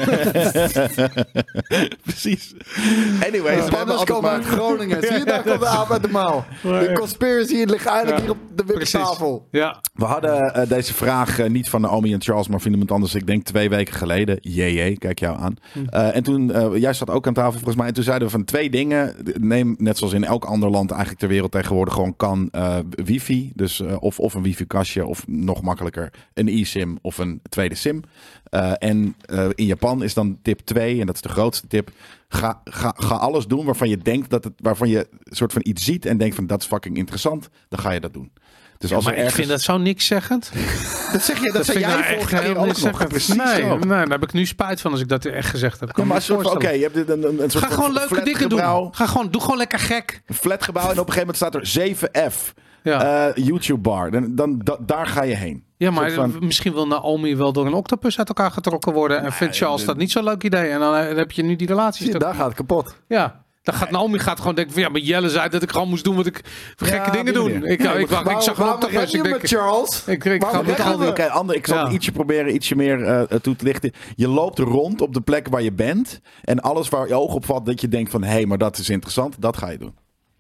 Precies. Anyways, we hebben Japanners altijd komen maar... uit Groningen. Zie je, daar komt de aap uit de mouw. De conspiracy ligt eigenlijk Ja. hier op de witte Precies. tafel. Ja. We hadden eh, deze vraag eh, niet van Naomi en Charles, maar van iemand anders. Ik denk twee weken geleden. Jee, kijk jou aan. Eh, en toen, eh, jij zat ook aan tafel volgens mij. En toen zeiden we van twee dingen. Neem, net zoals in elk ander land eigenlijk ter wereld tegenwoordig, gewoon kan eh, wifi. Dus uh, of, of een wifi-kastje, of nog makkelijker een e-sim of een tweede sim. Uh, en uh, in Japan is dan tip twee, en dat is de grootste tip. Ga, ga, ga alles doen waarvan je denkt dat het, waarvan je een soort van iets ziet en denkt van dat is fucking interessant. Dan ga je dat doen. Dus als Maar er ik ergens... vind dat zo niks zeggend. Dat zeg je, dat, Dat zei vind ik jij nou vorige echt keer heel ook nog. nikszeggend. Precies nee, zo. nee, daar heb ik nu spijt van als ik dat echt gezegd heb. Ja, Kan me maar niet een soort van, oké, voorstellen. je hebt een, een, een soort Ga van gewoon leuke dingen doen. flatgebouw. Ga gewoon, doe gewoon lekker gek. Een flatgebouw en op een gegeven moment staat er zeven F. Ja, Uh, YouTube bar. Dan, dan, da- daar ga je heen. ja maar soort van- misschien wil Naomi wel door een octopus uit elkaar getrokken worden. En vindt Charles dat niet zo'n leuk idee. En dan eh, heb je nu die relatie. Zie je, daar gaat het kapot. Ja, Dan gaat Naomi gaat gewoon denken van ja, maar Jelle zei dat ik gewoon moest doen wat ik gekke Ja, dingen die doen. manier. Ik, Ja, ik, ik, Waarom- ik zag een waarom octopus. ren je Ik denk, met Charles? ik, ik Waarom ga dit ren je al met- doen. Oké, Ander, ik zal Ja. ietsje proberen, ietsje meer uh, toe te lichten. Je loopt rond op de plek waar je bent. En alles waar je oog op valt, dat je denkt van... hé, hey, maar dat is interessant. Dat ga je doen.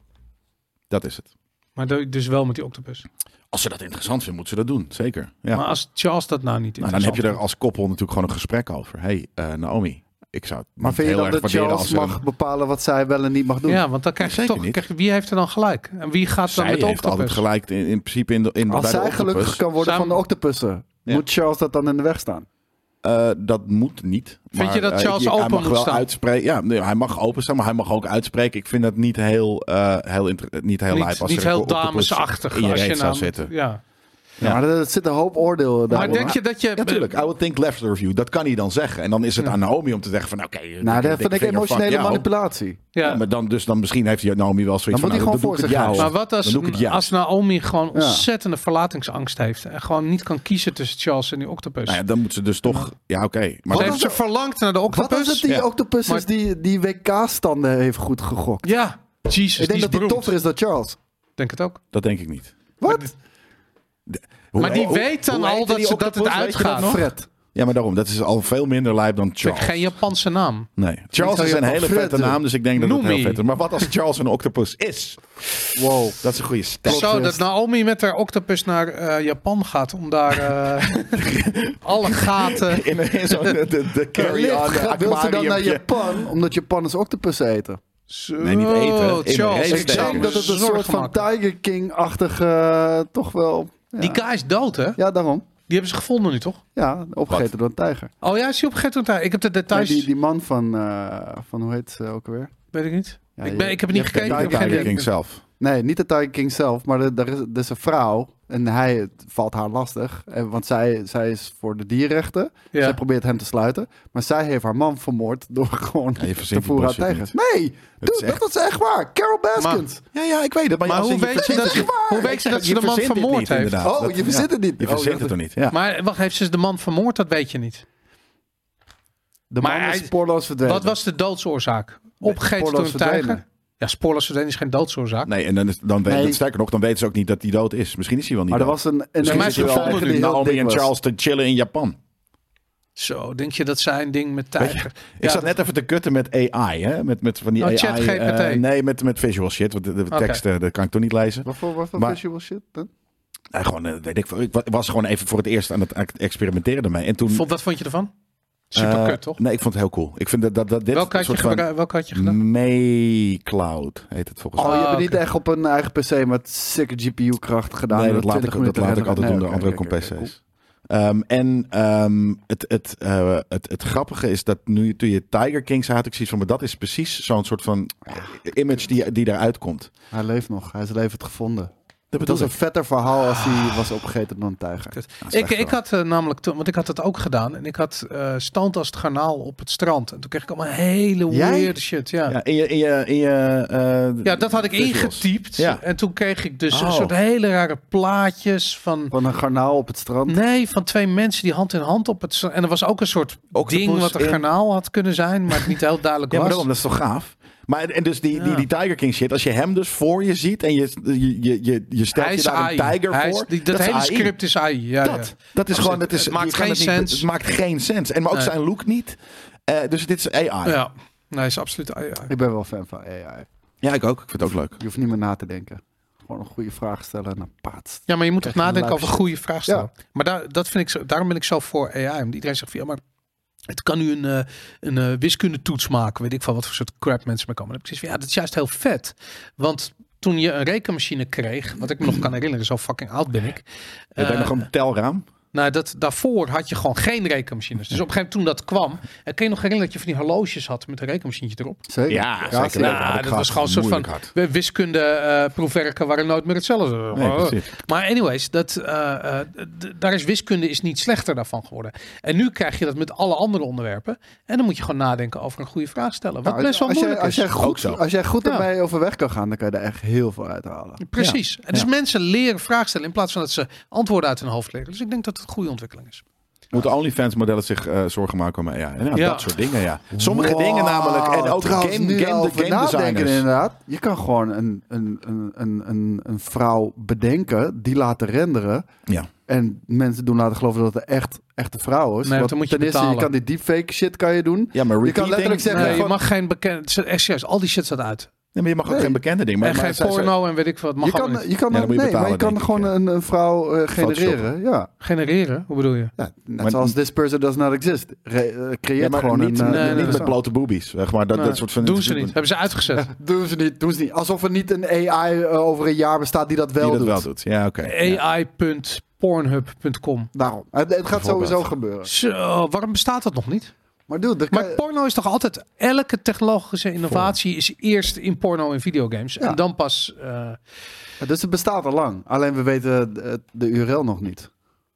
Dat is het. Maar doe- dus wel met die octopus. Als ze dat interessant vindt, moet ze dat doen. Zeker. Ja. Maar als Charles dat nou niet Nou, dan heb je er interessant als koppel natuurlijk gewoon een gesprek over. Hé, hey, uh, Naomi, ik zou het Maar niet vind je heel dan erg dat waarderen Charles als er mag een- bepalen wat zij wel en niet mag doen? Ja, want dan krijg je Zeker toch... niet. Krijg je, wie heeft er dan gelijk? En wie gaat dan Zij met de heeft altijd octopus? gelijk in, in principe in de, in, Als bij de zij octopus. gelukkig kan worden Samen- van de octopussen, Ja. moet Charles dat dan in de weg staan? Uh, dat moet niet. Vind Maar, je dat uh, Charles hij open mag moet wel staan? Uitspreken. Ja, nee, hij mag openstaan, maar hij mag ook uitspreken. Ik vind dat niet heel, uh, heel, inter- niet heel Niet, lijp als niet er een heel octopus damesachtig. in je als je reet zou nou- zitten. Ja. Ja, maar er zit een hoop oordeel Maar daarom. denk je dat je... Ja, natuurlijk. I would think left of you. Dat kan hij dan zeggen. En dan is het Ja. aan Naomi om te zeggen van... oké, Nou, dikke- dat vind dikke ik vinger, emotionele fuck jou. manipulatie. Ja. Ja, maar dan, dus dan misschien heeft hij Naomi wel zoiets Dan van... moet hij nou, gewoon dan doe ik voor het zich juist. Maar wat als, Dan doe ik het juist. als Naomi gewoon Ja. ontzettende verlatingsangst heeft en gewoon niet kan kiezen tussen Charles en die octopus? Nou ja, dan moet ze dus toch... Ja, oké. Maar ze, Wat heeft, als ze er- verlangt naar de Wat octopus. als het die Ja. octopus Maar- is die, die W K-standen heeft goed gegokt? Ja, Jesus, Ik denk die is dat die beroemd. toffer is dan Charles. Denk het ook. dat denk ik niet. Wat? Hoe- Maar die hoe- weet dan hoe al heette dat die ze- dat het octopus? Weet je uitgaat. nog? Fred. Ja, maar daarom. Dat is al veel minder lijp dan Dat is ook Charles. geen Japanse naam. Nee. Charles zou is je een van hele Fred vette doen. naam, dus ik denk dat het heel Noemi. vet is. Maar wat als Charles een octopus is? Wow. Dat is een goede stel. Plot Zo, dat twist. Naomi met haar octopus naar eh, Japan gaat om daar eh, alle gaten... In, in zo'n de, de, de carry-on Wellicht wil ze dan naar aquariumpje. Japan, omdat Japanners octopussen eten. Zo, Nee, niet eten. In de Charles, race ik Ik zou denk me dat het een zorgen soort van maken. Tiger King-achtige, uh, toch wel... Ja. Die guy is dood, hè? Ja, daarom. Die hebben ze gevonden nu, toch? Ja, opgegeten door een tijger. Oh ja, is hij opgegeten? Want ik heb de Nee, details... die, die man van, uh, van, hoe heet ze ook alweer? Weet ik niet. Ja, ik, je- ben, ik heb het je niet hebt gekeken. de Ik heb geen Tiger idee. King zelf. Nee, niet de Tiger King zelf, maar er, er, is, er is een vrouw en hij het valt haar lastig. En, want zij, zij is voor de dierrechten. Ja. Zij probeert hem te sluiten. Maar zij heeft haar man vermoord door gewoon Ja, je te verzint die voeren aan bullshit tijgers. Nee, Het is dude, echt- dat is echt waar. Carol Baskins. Ja, ja, ik weet het. Maar, Maar als hoe je weet je verzint dat, het- hoe weet je dat ze je de man verzint dit vermoord niet, heeft? inderdaad. Oh, Dat- je verzint ja. het niet. Je Oh, verzint dat- het toch niet. Ja. Maar wacht, heeft ze de man vermoord? Dat weet je niet. De Maar man is hij- spoorloos verdwenen. Wat was de doodsoorzaak? Opgegeten door spoorloos een tijger? verdwenen. Ja, spoorloos verdwenen is geen doodsoorzaak. Nee, en dan, is, dan weet, Nee. sterker nog, dan weten ze ook niet dat hij dood is. Misschien is hij wel niet Maar er dood. was een... een Misschien maar is ze hij wel vonden echt nu Naomi dik en was. Charles te chillen in Japan. Zo, denk je dat zij een ding met Weet je, tijger... Ik Ja, zat net even te kutten met A I, hè? Met, met van die Oh, A I. ChatGPT. eh, nee, met, met visual shit. Want de, de Oké. teksten, dat kan ik toch niet lezen. Wat voor, wat voor Maar- visual shit dan? Nee, gewoon, eh, weet ik, veel. ik wa- was gewoon even voor het eerst aan het act- experimenteren ermee. En toen... Vond- Wat vond je ervan? Super eh, kut, toch? Nee, ik vond het heel cool. Ik vind dat, dat, dat dit Welke had, je soort van... gebruik- welke had je gedaan? Maycloud heet het volgens Oh, mij. je Ah, hebt het niet oké. echt op een eigen P C met sikke G P U-kracht gedaan. Nee, en dat laat, ik, twintig dat minuten laat ik rennen. altijd doen Nee, door oké, andere oké, oké, P C's. Ehm, en ehm, het, het, eh, het, het grappige is dat nu toen je Tiger King zei, had ik zoiets van, maar dat is precies zo'n soort van eh, image die, die daaruit komt. cool. Hij leeft nog. Hij is levend gevonden. Dat Het was bedoel een ik. vetter verhaal als hij was opgegeten door een tijger. Kut. Dat is Ik, echt ik wel. had eh, namelijk, toen, want ik had het ook gedaan. En ik had eh stand als het garnaal op het strand. En toen kreeg ik allemaal hele Jij? weird shit. Ja. Ja, in je, in je, in je, eh, Ja, dat had ik visuals. ingetypt. Ja. En toen kreeg ik dus een Oh. soort hele rare plaatjes van... Van een garnaal op het strand. Nee, van twee mensen die hand in hand op het... strand- En er was ook een soort Octopus ding wat een in- garnaal had kunnen zijn. Maar het niet heel duidelijk Ja, maar was. daarom, dat is toch gaaf? Maar en dus die, die, Ja. die Tiger King shit, als je hem dus voor je ziet en je, je, je, je, je stelt Hij je is daar A I. een tijger Hij is- voor. die- dat is hele A I. script is A I. Ja, Dat, ja. dat is Absoluut. gewoon, dat is, Het maakt je kan geen het niet- sens. Het maakt geen sens. En maar ook Nee. zijn look niet. Eh, dus dit is A I. Ja. Ja, nee, is absoluut A I. Ik ben wel fan van A I. ik ook. Ik vind het ook leuk. Je hoeft niet meer na te denken. Gewoon een goede vraag stellen en dan paats. Ja, maar je moet toch Krijg je nadenken een over goede vragen stellen. Ja. Maar daar, dat vind ik zo, daarom ben ik zo voor A I. Want iedereen zegt van ja, maar het kan nu een, eh, een eh, wiskundetoets maken. Weet ik van wat voor soort crap mensen mee komen. Dan heb ik zoiets van ja, dat is juist heel vet. Want toen je een rekenmachine kreeg, wat ik me nog kan herinneren, zo fucking oud ben ik. Je eh, hebt nog een telraam. Nou, dat, daarvoor had je gewoon geen rekenmachines. Dus op een gegeven moment toen dat kwam, en kun je nog herinneren dat je van die horloges had met een rekenmachientje erop. Zeker. Ja, zeker. zeker. Ja, had ik dat gehad. was gewoon een soort van Moeilijk hard. wiskunde eh proefwerken waren nooit meer hetzelfde. Nee, Oh. precies. Maar anyways, dat, eh, eh, d- daar is wiskunde is niet slechter daarvan geworden. En nu krijg je dat met alle andere onderwerpen. En dan moet je gewoon nadenken over een goede vraag stellen. Wat Nou, best wel als, jij, moeilijk als, jij is. Ook goed, zo. als jij goed Ja. ermee overweg kan gaan, dan kan je er echt heel veel uithalen. Precies. En dus Ja. mensen leren vragen stellen in plaats van dat ze antwoorden uit hun hoofd leren. Dus ik denk dat het een goede ontwikkeling is. Moeten OnlyFans-modellen zich uh, zorgen maken om A I? En ja, Ja. dat soort dingen, ja. Sommige Wow. dingen namelijk. En ook Trouwens, game, nu game, over game nadenken designers. inderdaad. Je kan gewoon een, een, een, een, een, een vrouw bedenken, die laten renderen. Ja. En mensen doen laten geloven dat het echt echte vrouw is. Nee, Want dan moet je ten eerste, je betalen. kan die deepfake shit kan je doen. Ja, maar Je kan repeating... letterlijk zeggen- Nee, je van- mag geen bekend... Echt serieus, al die shit staat uit. Nee, maar je mag ook Nee. geen bekende dingen. Maar, en maar geen zij- zij- porno en weet ik wat. Mag Je allemaal kan, niet. je kan, Ja, dan moet je nee, maar je betalen, kan denk ik, gewoon ja. een, een vrouw eh, genereren. Ja. Genereren? Hoe bedoel je? ja, net Maar- zoals this person does not exist. Re, eh, creëert Ja, maar gewoon niet, een... eh, nee, een nee, niet met persoon. blote boobies. Zeg maar. Dat, Nee, dat soort van... doen ze niet. Hebben ze uitgezet. Doen ze niet, doen ze niet. Alsof er niet een A I eh, over een jaar bestaat die dat wel Die dat doet. wel doet. Ja, oké. Ja. A I punt pornhub punt com. Daarom. Het, het gaat Bijvoorbeeld. sowieso gebeuren. Zo, waarom bestaat dat nog niet? Maar dude, dan kan Maar je- porno is toch altijd... Elke technologische innovatie is eerst in porno en videogames. Ja. En dan pas... eh, dus het bestaat al lang. Alleen we weten de, de U R L nog niet.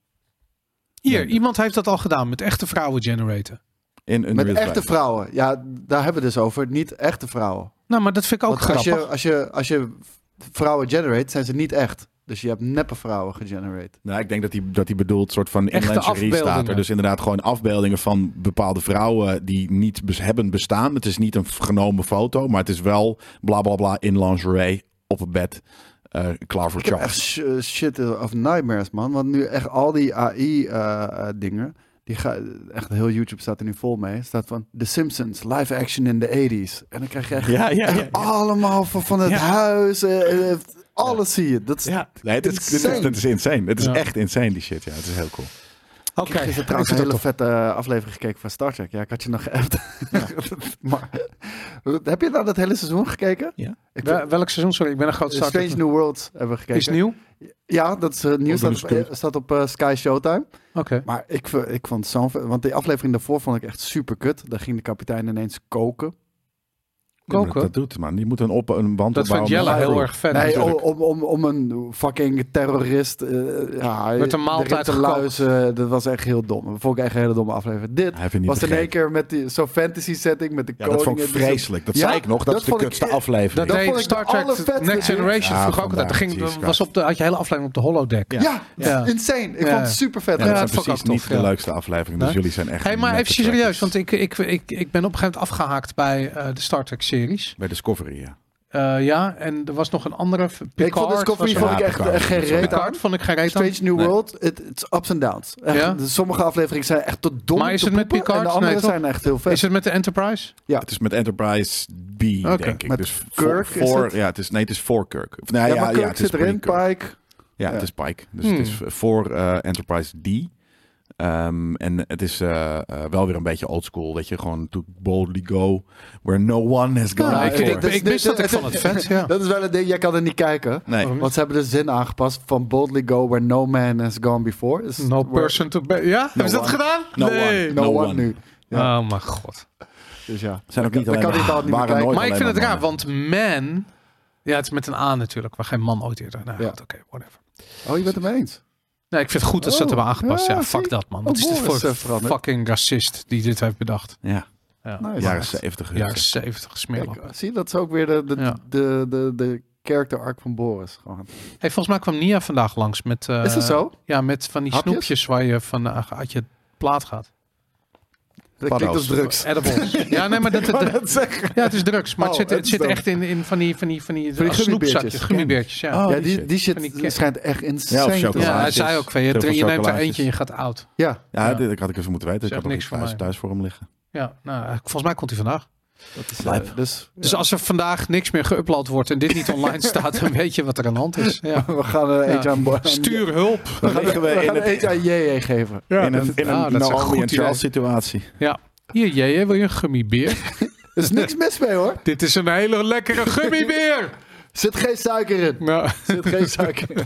hier, Nee. iemand heeft dat al gedaan met echte vrouwen generaten. In een Met echte vrouwen. Ja, daar hebben we het dus over. Niet echte vrouwen. Nou, maar dat vind ik ook Want als grappig. je, als, je, als je vrouwen generate, zijn ze niet echt. Dus je hebt neppe vrouwen gegenerate. Nou, ik denk dat hij dat hij bedoelt soort van in Echte lingerie afbeeldingen. staat er. Dus inderdaad gewoon afbeeldingen van bepaalde vrouwen die niet bes- hebben bestaan. Het is niet een genomen foto, maar het is wel bla bla bla in lingerie op een bed. eh, klaar voor Ik heb echt Charles. sh- shit of nightmares, man. Want nu echt al die A I-dingen... die ga, echt heel YouTube staat er nu vol mee. Staat van The Simpsons, live action in the eighties. En dan krijg je echt, Ja, ja, echt ja. allemaal van, van het Ja. huis. eh, eh, alles zie je. Dat is, Ja, nee, het is, dit is, insane. dit is insane. Het is Ja. echt insane, die shit. Ja, het is heel cool. Oké, Ik heb gisteren ik trouwens vind een dat hele tof. vette eh, aflevering gekeken van Star Trek. Ja, ik had je nog geappt. maar heb je nou dat hele seizoen gekeken? Ja. Ik Wel- vind- welk seizoen? Sorry, ik ben een groot Star Strange Trek- New Worlds hebben we gekeken. Is het nieuw? Ja, dat is uh, nieuw. Oh, dat Staat, is op, goed. staat op eh, Sky Showtime. Oké. Maar ik, v- ik vond het zo'n... ve- Want die aflevering daarvoor vond ik echt super kut. Daar ging de kapitein ineens koken. Koken? Dat, dat doet man. Die moet een, op, een band Dat vindt opbouwen. Jelle met heel crew. erg vet. Nee, om, natuurlijk. om, om, om een fucking terrorist... eh ja, Met een maaltijd erin te gekookt. luisteren. Dat was echt heel dom. Dat vond ik echt een hele domme aflevering. Dit Hij heeft het niet was in één begrepen. keer met die zo'n fantasy setting met de Ja, koning. dat vond ik en die- vreselijk. Dat Ja, zei ik nog. Dat, dat is de vond ik- kutste Dat, aflevering. dat deed vond ik Star de Trek allervetste Next shit. Generation Ja, vroeg ook altijd. Er vandaag, ging, Jesus was Christ. op de, had je hele aflevering op de holodeck. Ja. Ja, Ja. insane. Ik Ja. vond het super vet. Ja, Ja, dat dat zijn vond ik precies ook niet tof, de ja. leukste aflevering. Dus Nee? jullie zijn echt... Hey, maar nette even serieus, trekkers. want ik, ik, ik, ik ben op een gegeven moment afgehaakt bij eh, de Star Trek series. Bij Discovery, ja. Eh, ja, en er was nog een andere. Picard, Ik vond Discovery was vond er- ik Ja, echt, Picard. echt geen Sorry. reet aan. Picard vond ik geen reet aan. Strange New Nee. World, het it's ups en downs. Echt, Ja? de- sommige afleveringen zijn echt te dom. Maar is te het met poepen, Picard? En de andere Nee, toch? zijn echt heel vet. Is het met de Enterprise? Ja. Het is met Enterprise B, Oké, denk ik. met dus Kirk voor, is voor- het? Ja, het is, nee, het is voor Kirk. Of, nee, ja, ja, maar ja, Kirk het is zit erin, pre-Kirk. Pike. Ja, Ja. het is Pike. Dus Hmm. het is voor eh, Enterprise D. Ehm, en het is eh, eh, wel weer een beetje oldschool. Dat je gewoon to boldly go where no one has gone Ja, ik, before. ik, dit is- ik wist dit- dat, ik dit- vond het vet. Ja. Dat is wel een ding, jij kan er niet kijken. Nee. Waarom Want ze hebben de zin aangepast van boldly go where no man has gone before. Dus No where- person to be. Ja, hebben ze dat one. gedaan? No nee. one. No, No one, one. nu. Ja, Oh mijn god. dus ja. Zijn ook niet Dan alleen kan maar- ik al niet meer waren kijken. nooit Maar ik alleen vind het raar, mannen. want man... Ja, het is met een A natuurlijk, waar geen man ooit eerder... Nou Ja. goed, oké, whatever. Oh, je bent het mee eens? Nee, ik vind het goed dat ze dat Oh, hebben aangepast. Ja, ja, fuck zie. dat man. Oh, Wat is dit Boris, voor eh, veranderd. fucking racist die dit heeft bedacht? Ja, Ja. Nice. jaren zeventig. Jaren zeventig smeerlap. Kijk, zie je, dat is ook weer de, de, Ja. de, de, de character arc van Boris. Gewoon. Hey, volgens mij kwam Nia vandaag langs met... eh, Is dat zo? Ja, met van die Hapjes? snoepjes waar je van uh, uit je plaat gaat. Dat klinkt als Paddo's. drugs. Edibles. Ja, nee, maar dat, Ik wou dat, net zeggen. ja, het is drugs. Maar Oh, het zit, het het is zit dan- echt in, in van die, van die, van die, Van die als gummibeertjes. snoepzakjes, gummibeertjes. Ja. Oh, Ja, die die, shit. die Van die shit ki- schijnt echt insane Ja, of te chocola. zijn. Ja, hij zei ook van je, Heel veel je neemt er chocolaatjes. eentje en je gaat oud. Ja, Ja, Ja. dit had ik even moeten weten. Ik Zegt had nog niks iets voor thuis, mij. thuis voor hem liggen. Ja, nou, volgens mij komt hij vandaag. dat is Lijp. uh, dus, Dus ja. als er vandaag niks meer geüpload wordt en dit niet online staat, dan weet je wat er aan de hand is. Ja. we gaan er Ja. eentje aan Bo- Stuur hulp. Dan liggen we we in gaan er het, eentje aan J J geven. in een, in Ah, een dat is een Naomi goed en idee. Charles situatie. Ja. Hier, jij, wil je een gummibeer? Er is niks mis mee hoor. Dit is een hele lekkere gummibeer. Zit geen suiker in. Nou, Zit geen suiker in.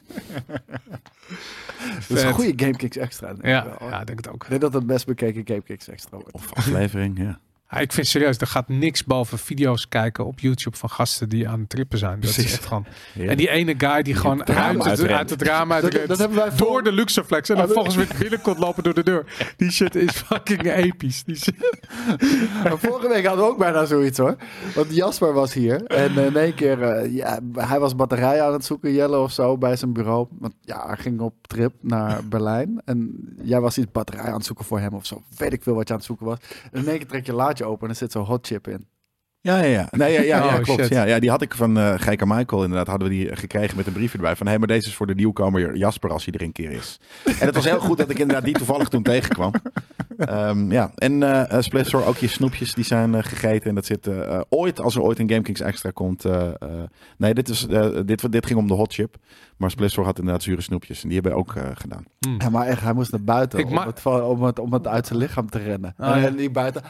Dat is een goede Gamekicks Extra. denk ik ja, wel, hoor. ja, ik denk het ook. Ik denk dat het best bekeken Gamekicks Extra wordt. Of aflevering, ja. Ja, ik vind serieus, er gaat niks boven video's kijken op YouTube van gasten die aan het trippen zijn. Dat Precies. is echt gewoon. Ja. En die ene guy die gewoon het raam uit het, uitrent. uit het raam uit Dat- dat hebben wij voor- door de Luxaflex en dan Oh, dat- volgens weer binnen komt lopen door de deur. Die shit is fucking episch. Die shit- Maar vorige week hadden we ook bijna zoiets hoor. Want Jasper was hier. En in één keer, eh, ja, hij was batterijen aan het zoeken, Jelle of zo, bij zijn bureau. Want ja, hij ging op trip naar Berlijn. En jij was iets batterij aan het zoeken voor hem of zo. Weet ik veel wat je aan het zoeken was. En in één keer trek je laadje open en er zit zo'n hot chip in. Ja, ja, ja. Nee, ja, ja, ja Oh, klopt. shit. Ja, ja, die had ik van uh, G K Michael inderdaad. Hadden we die gekregen met een briefje erbij. Van, hé, hey, maar deze is voor de nieuwkomer Jasper als hij er een keer is. En het was heel goed dat ik inderdaad die toevallig toen tegenkwam. Um, ja, en uh, uh, Split Store, ook je snoepjes, die zijn uh, gegeten. En dat zit uh, ooit, als er ooit een GameKings Extra komt. Uh, uh, nee, dit, is, uh, dit, dit ging om de hot chip. Maar Split Store had inderdaad zure snoepjes. En die hebben we ook uh, gedaan. Hmm. Ja, maar echt, hij moest naar buiten Ik om, ma- het, van- om, het, om het uit zijn lichaam te rennen. Oh, en ja. die buiten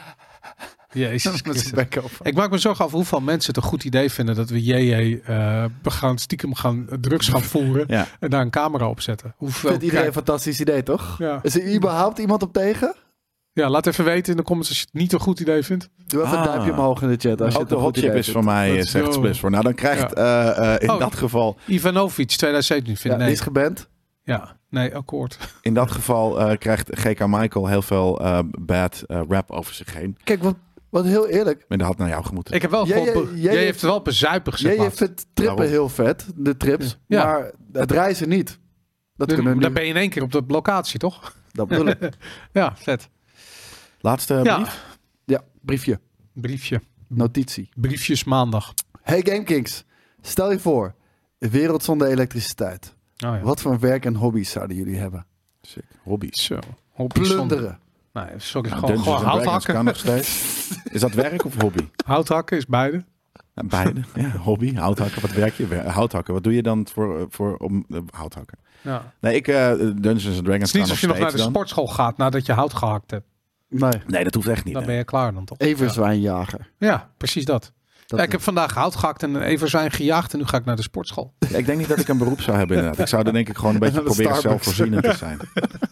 Jezus met Christus. zijn bek open. Ik maak me zorgen over hoeveel mensen het een goed idee vinden dat we J J uh, we gaan stiekem gaan drugs gaan voeren Ja. en daar een camera op zetten. Hoeveel Vindt iedereen kijk- een fantastisch idee, toch? ja. Is er überhaupt iemand op tegen? ja, laat even weten in de comments als je het niet een goed idee vindt. Doe even Ah. een duimpje omhoog in de chat. Als je Ook het de een hot goed chip idee is vindt. voor mij, Let's zegt go. Split Store. Nou, dan krijgt uh, uh, in Oh. dat geval... Ivanovic twintig zeventien vindt Ja, die nee. is geband. Ja, nee, akkoord. In dat geval uh, krijgt G K Michael heel veel uh, bad uh, rap over zich heen. Kijk, wat, wat heel eerlijk. Maar dat had naar jou gemoeten. Ik heb wel Jij- gewoon... jij- Jij jij- heeft het wel bezuipig gezegd. Jij laatst. vindt trippen Waarom? heel vet, de trips. Ja. Maar het reizen niet. Dat Dan, kunnen we dan nu. ben je in één keer op de locatie, toch? Dat bedoel ik. Ja, vet. Laatste Ja, brief. Ja, briefje. briefje. Notitie. Briefjes maandag. Hey GameKings, stel je voor, een wereld zonder elektriciteit. Oh, ja. Wat voor werk en hobby's zouden jullie hebben? Sick. Hobby's. Zo. Hobby's van- Plunderen. Nee, sorry, Nou, gewoon, Dungeons gewoon and hout Dragons hakken. kan nog steeds. Is dat werk of hobby? Hout hakken is beide. Ja, beide. Ja, hobby, houthakken. Wat werk je? Wer- Houthakken. Wat doe je dan voor, voor om uh, houthakken? Ja. Nee, ik uh, Dungeons and Het Dragons is kan niet nog alsof je nog naar steeds de dan. sportschool gaat nadat je hout gehakt hebt. Nee, Nee, dat hoeft echt niet. Dan hè. ben je klaar dan toch? everzwijnjager. Ja, precies dat. Dat Ja, ik heb vandaag hout gehakt en een everzwijn gejaagd en nu ga ik naar de sportschool. Ja, ik denk niet dat ik een beroep zou hebben inderdaad. Ik zou dan denk ik gewoon een beetje En naar de proberen Starbucks. zelfvoorzienend te zijn.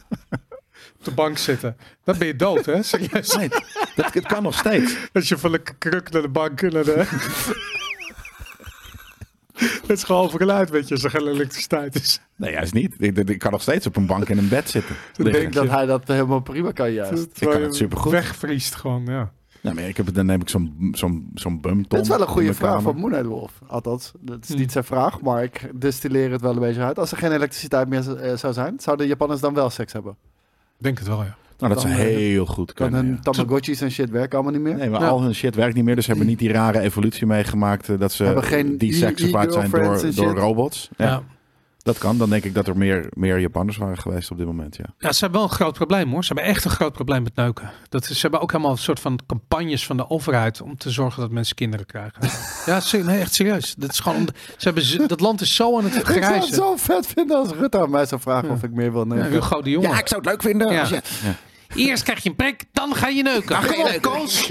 Op de bank zitten. Dan ben je dood, hè? Serieus. Nee, dat, het kan nog steeds. Als je van de kruk naar de bank naar de... Het is gewoon vergeluid, weet je, als er geen elektriciteit is. Nee, juist niet. Ik, ik kan nog steeds op een bank in een bed zitten. Ik liggen. denk dat hij dat helemaal prima kan juist. kan het supergoed. Wegvriest gewoon, ja. Nou, maar ik heb, dan neem ik zo'n zo'n zo'n bumton. Dat is wel een in goede mijn vraag kamer. van Moonlight Wolf. Althans, dat is Hm. niet zijn vraag, maar ik distilleer het wel een beetje uit. Als er geen elektriciteit meer eh, zou zijn, zouden de Japanners dan wel seks hebben? Ik denk het wel, ja. Nou, dat Dan, zou eh, heel goed Dan kunnen. hun ja. Tamagotchis en shit werken allemaal niet meer? Nee, maar Ja. al hun shit werkt niet meer. Dus ze hebben niet die rare evolutie meegemaakt. eh, Dat ze Hebben geen desexified zijn e-girlfriends door, en door shit? robots. Ja, Ja. Dat kan. Dan denk ik dat er meer, meer Japanners waren geweest op dit moment. Ja. Ja, ze hebben wel een groot probleem hoor. Ze hebben echt een groot probleem met neuken. Dat is, ze hebben ook helemaal een soort van campagnes van de overheid om te zorgen dat mensen kinderen krijgen. Ja, se- nee, echt serieus. Dat is gewoon. om de- Ze hebben, z- dat land is zo aan het Ik zou het vergrijzen. zo vet vinden als Rutte aan mij zou vragen Ja. of ik meer wil Ja, nemen. Hugo de Jonge. zou het leuk vinden. Ja. als je- Ja. Eerst krijg je een prik, dan ga je neuken. Dan ga je Kom op, neuken. Koos.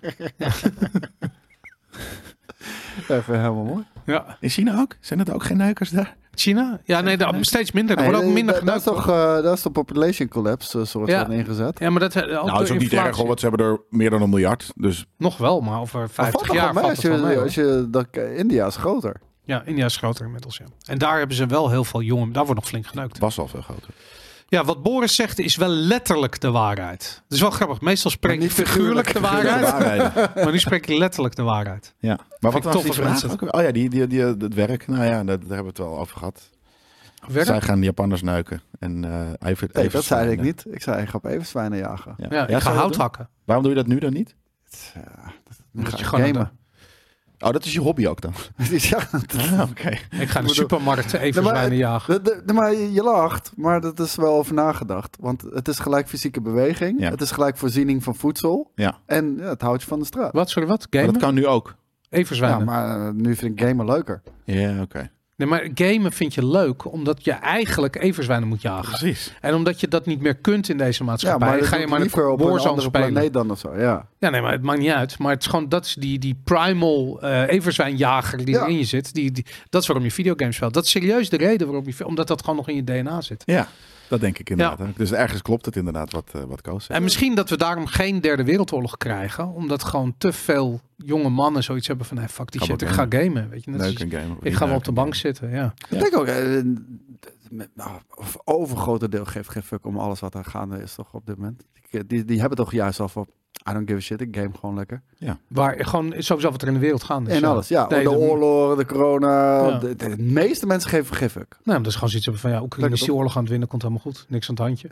Even helemaal mooi. Ja. In China ook? Zijn het ook geen neukers daar? China? Ja, nee, dat, steeds minder. Er Hey, wordt ook eh, minder da- dat is geneukt. toch eh, dat is de population collapse eh, soort Ja. van ingezet. Ja, maar dat eh, ook Nou, het door is ook niet inflatie. erg hoor, want ze hebben er meer dan een miljard. Dus Nog wel, maar over Maar vijftig valt toch jaar wel mee valt als het wel mee. je, hoor. als je dat, eh, India is groter. Ja, India is groter inmiddels, ja. En daar hebben ze wel heel veel jongen. Daar wordt nog flink geneukt. het was al veel groter. Ja, wat Boris zegt is wel letterlijk de waarheid. Dat is wel grappig. Meestal spreek Maar je niet figuurlijk de figuurlijk. waarheid. Waarheden. Maar nu spreek je letterlijk de waarheid. Ja. Maar Vind wat ik was tof die als vraag? mensen ook? Oh ja, die, die, die, het werk. Nou ja, daar, daar hebben we het wel over gehad. Werk? Zij gaan Japanners neuken. En uh, even, Nee, even dat zei ik zwijnen. niet. Ik zei, ik ga op even zwijnen jagen. Ja. Ja, ik Ja, ga zou je hout dat doen? hakken. Waarom doe je dat nu dan niet? Ja, Dan ga moet je ik gewoon gamen. naar Oh, dat is je hobby ook dan? ja, Ah, oké. de- Ik ga naar de Moet- supermarkt even Nee, maar- zwijnen jagen. de, de, de- maar je je lacht, maar dat is wel over nagedacht. Want het is gelijk fysieke beweging. Ja. Het is gelijk voorziening van voedsel. Ja, En ja, het houdt je van de straat. Wat, sorry, wat? maar Gamen? dat kan nu ook. Even Ja, zwijnen. maar eh, nu vind ik gamen leuker. Ja, oké. Nee, maar gamen vind je leuk omdat je eigenlijk everzwijnen moet jagen. Precies. En omdat je dat niet meer kunt in deze Ja, maatschappij, maar dat ga je doe maar ik een liever op een Warzone andere spelen. planeet dan of zo. Ja. Ja, nee, maar het maakt niet uit. Maar het is gewoon, dat is die, die primal eh everzwijnjager die Ja. erin je zit. Die, die, dat is waarom je videogames speelt. Dat is serieus de reden waarom je... Omdat dat gewoon nog in je D N A zit. Ja. Dat denk ik inderdaad. Hè. Dus ergens klopt het inderdaad wat, uh, wat Koos zegt. En misschien dat we daarom geen derde wereldoorlog krijgen. Omdat gewoon te veel jonge mannen zoiets hebben van... Hey, fuck die Ga shit, ik gamen. ga gamen. Weet je, net Leuk als- een game. ik ga wel op de bank zitten, ja. Ik denk ook, eh, met, nou, of overgrote deel geeft geen fuck om alles wat er gaande is toch op dit moment. Die, die, die hebben toch juist al van, I don't give a shit, ik game gewoon lekker. Waar gewoon sowieso wat er in de wereld gaande is. En ja. alles, ja. Nee, de de- oorlog, de corona. Ja. De, de meeste mensen geven geen fuck. Nou, maar dat is gewoon zoiets hebben van... Ja, Oekraïne is die oorlog aan het winnen, komt helemaal goed. Niks aan het handje.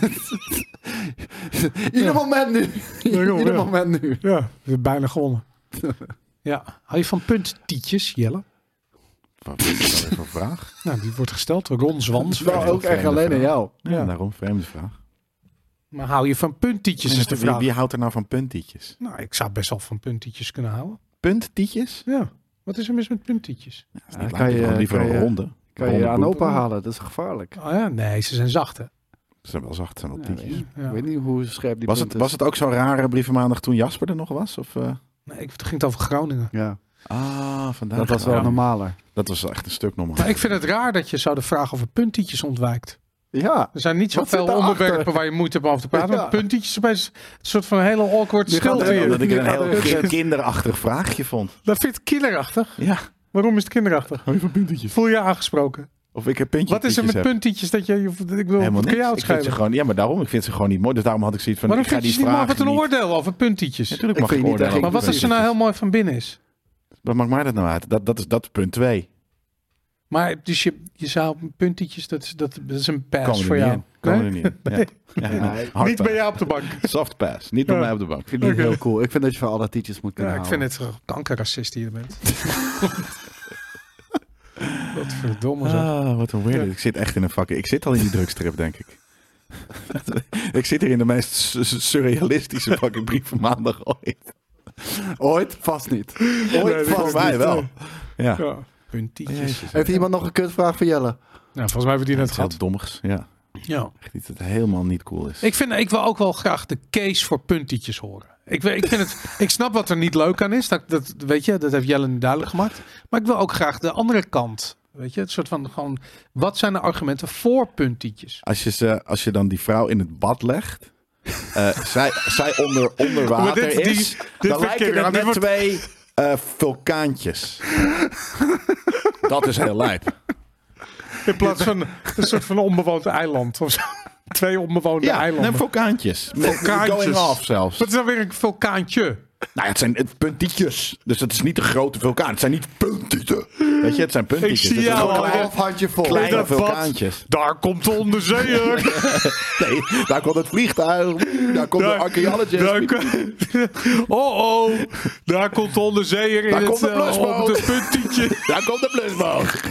Ieder Ja. moment nu. joh, Ieder ja. moment nu. Ja, we hebben bijna gewonnen. Ja, hou je van punttietjes, Jelle? Wat is dat weer voor vraag? Nou, die wordt gesteld door Ron Zwans. Wel ook echt vreemde alleen aan vraag. jou. Ja, Ja. daarom. Vreemde vraag. Maar hou je van punttietjes, is de wie, vraag. wie houdt er nou van punttietjes? Nou, ik zou best wel van punttietjes kunnen houden. Punttietjes? Ja. Wat is er mis met punttietjes? Dat is Ja, niet kan leuk. je- Gewoon liever kan een je- ronde. Kan je Ronde aan poep. opa halen, dat is gevaarlijk. Oh ja, nee, ze zijn zacht, hè? Ze zijn wel zacht, zijn wel Ja, tietjes. weet je. Ja. Ik weet niet hoe scherp die Was punt het, is. was het ook zo'n rare brievenmaandag toen Jasper er nog was? Of, uh... Nee, ik, het ging het over Groningen. Ja, Ah, vandaag. dat was wel Ja. normaler. Dat was echt een stuk normaal. Maar ik vind het raar dat je zo de vraag over punttietjes ontwijkt. Ja, Er zijn niet Wat zoveel zit daarachter? onderwerpen waar je moeite hebt over te praten. Ja. Maar punttietjes opeens een soort van hele awkward Je gaat stilte er- hier. Dat ik het een Ja, heel dat is- ki- kinderachtig vraagje vond. Dat vind ik kinderachtig. Ja. Waarom is het kinderachtig? Hou je van puntjes? Voel je je aangesproken? Of ik heb puntjes. Wat is er met punttietjes dat je... Ik bedoel, Helemaal wat kan niks. jou Ik het vind ze schelen? gewoon, ja, maar daarom. Ik vind ze gewoon niet mooi. Dus daarom had ik zoiets van. Waarom ik ga vind je die het niet mooi? vraag Wat een niet. oordeel over punttietjes. Natuurlijk Ik mag ik vind niet oordelen. dat- Maar over wat is er nou puntjes. heel mooi van binnen is? Wat maakt mij dat nou uit? Dat, dat is dat is punt twee. Maar dus je, je zou punttietjes, dat is, dat, dat is een pass Komen voor er niet jou. in. Komen Nee? er niet in. Ja. Ja. Nee, Hard Niet bij pass. jou op de bank. Soft pass. Niet bij Ja. mij op de bank. ik vind het Oké. heel cool. Ik vind dat je van alle tietjes moet kunnen Ja, ik houden. vind het een kankerracist die je bent. Wat verdomme zeg. Ah, wat een weird. Ja. Ik zit echt in een fucking... Ik zit al in die drugstrip, denk ik. Ik zit hier in de meest su- su- surrealistische fucking brief van maandag ooit. Ooit? Vast niet. Nee, Ooit dat vast Voor mij niet. wel. Ja. Ja. Punttietjes. Jezus. Heeft iemand nog een kutvraag voor Jelle? Nou, volgens mij hebben we die Dat net is heel gehad. dommigs. Ja. Ja. Echt iets dat helemaal niet cool is. Ik, vind, ik wil ook wel graag de case voor punttietjes horen. Ik, weet- ik, vind het, ik snap wat er niet leuk aan is. Dat, dat, weet je, dat heeft Jelle nu duidelijk gemaakt. Maar ik wil ook graag de andere kant. Weet je, het soort van gewoon... Wat zijn de argumenten voor punttietjes? Als je, ze, als je dan die vrouw in het bad legt... eh, zij, zij onder, onder water dit- die- is... dit dan vind ik- lijken ja, het dit net wordt- twee eh, vulkaantjes. Dat is heel lijp. In plaats van een soort van onbewoond eiland of zo. Twee onbewoonde Ja, eilanden. nee, vulkaantjes. Met- Vulkaantjes. Going off zelfs. Wat is dan weer een vulkaantje? Nou ja, het zijn het puntietjes. Dus het is niet een grote vulkaan. Het zijn niet puntieten. Weet je, het zijn puntietjes. Ik zie Het is jou gewoon al. Een klein- half handje vol. kleine dat bad. vulkaantjes. Daar komt de onderzeeër. Nee, daar komt het vliegtuig. Daar komt de archaeologist. daar ko- oh oh, daar komt de onderzeeër in Daar het, komt de eh, blusboot. op het punttietje. Daar komt de blusboot.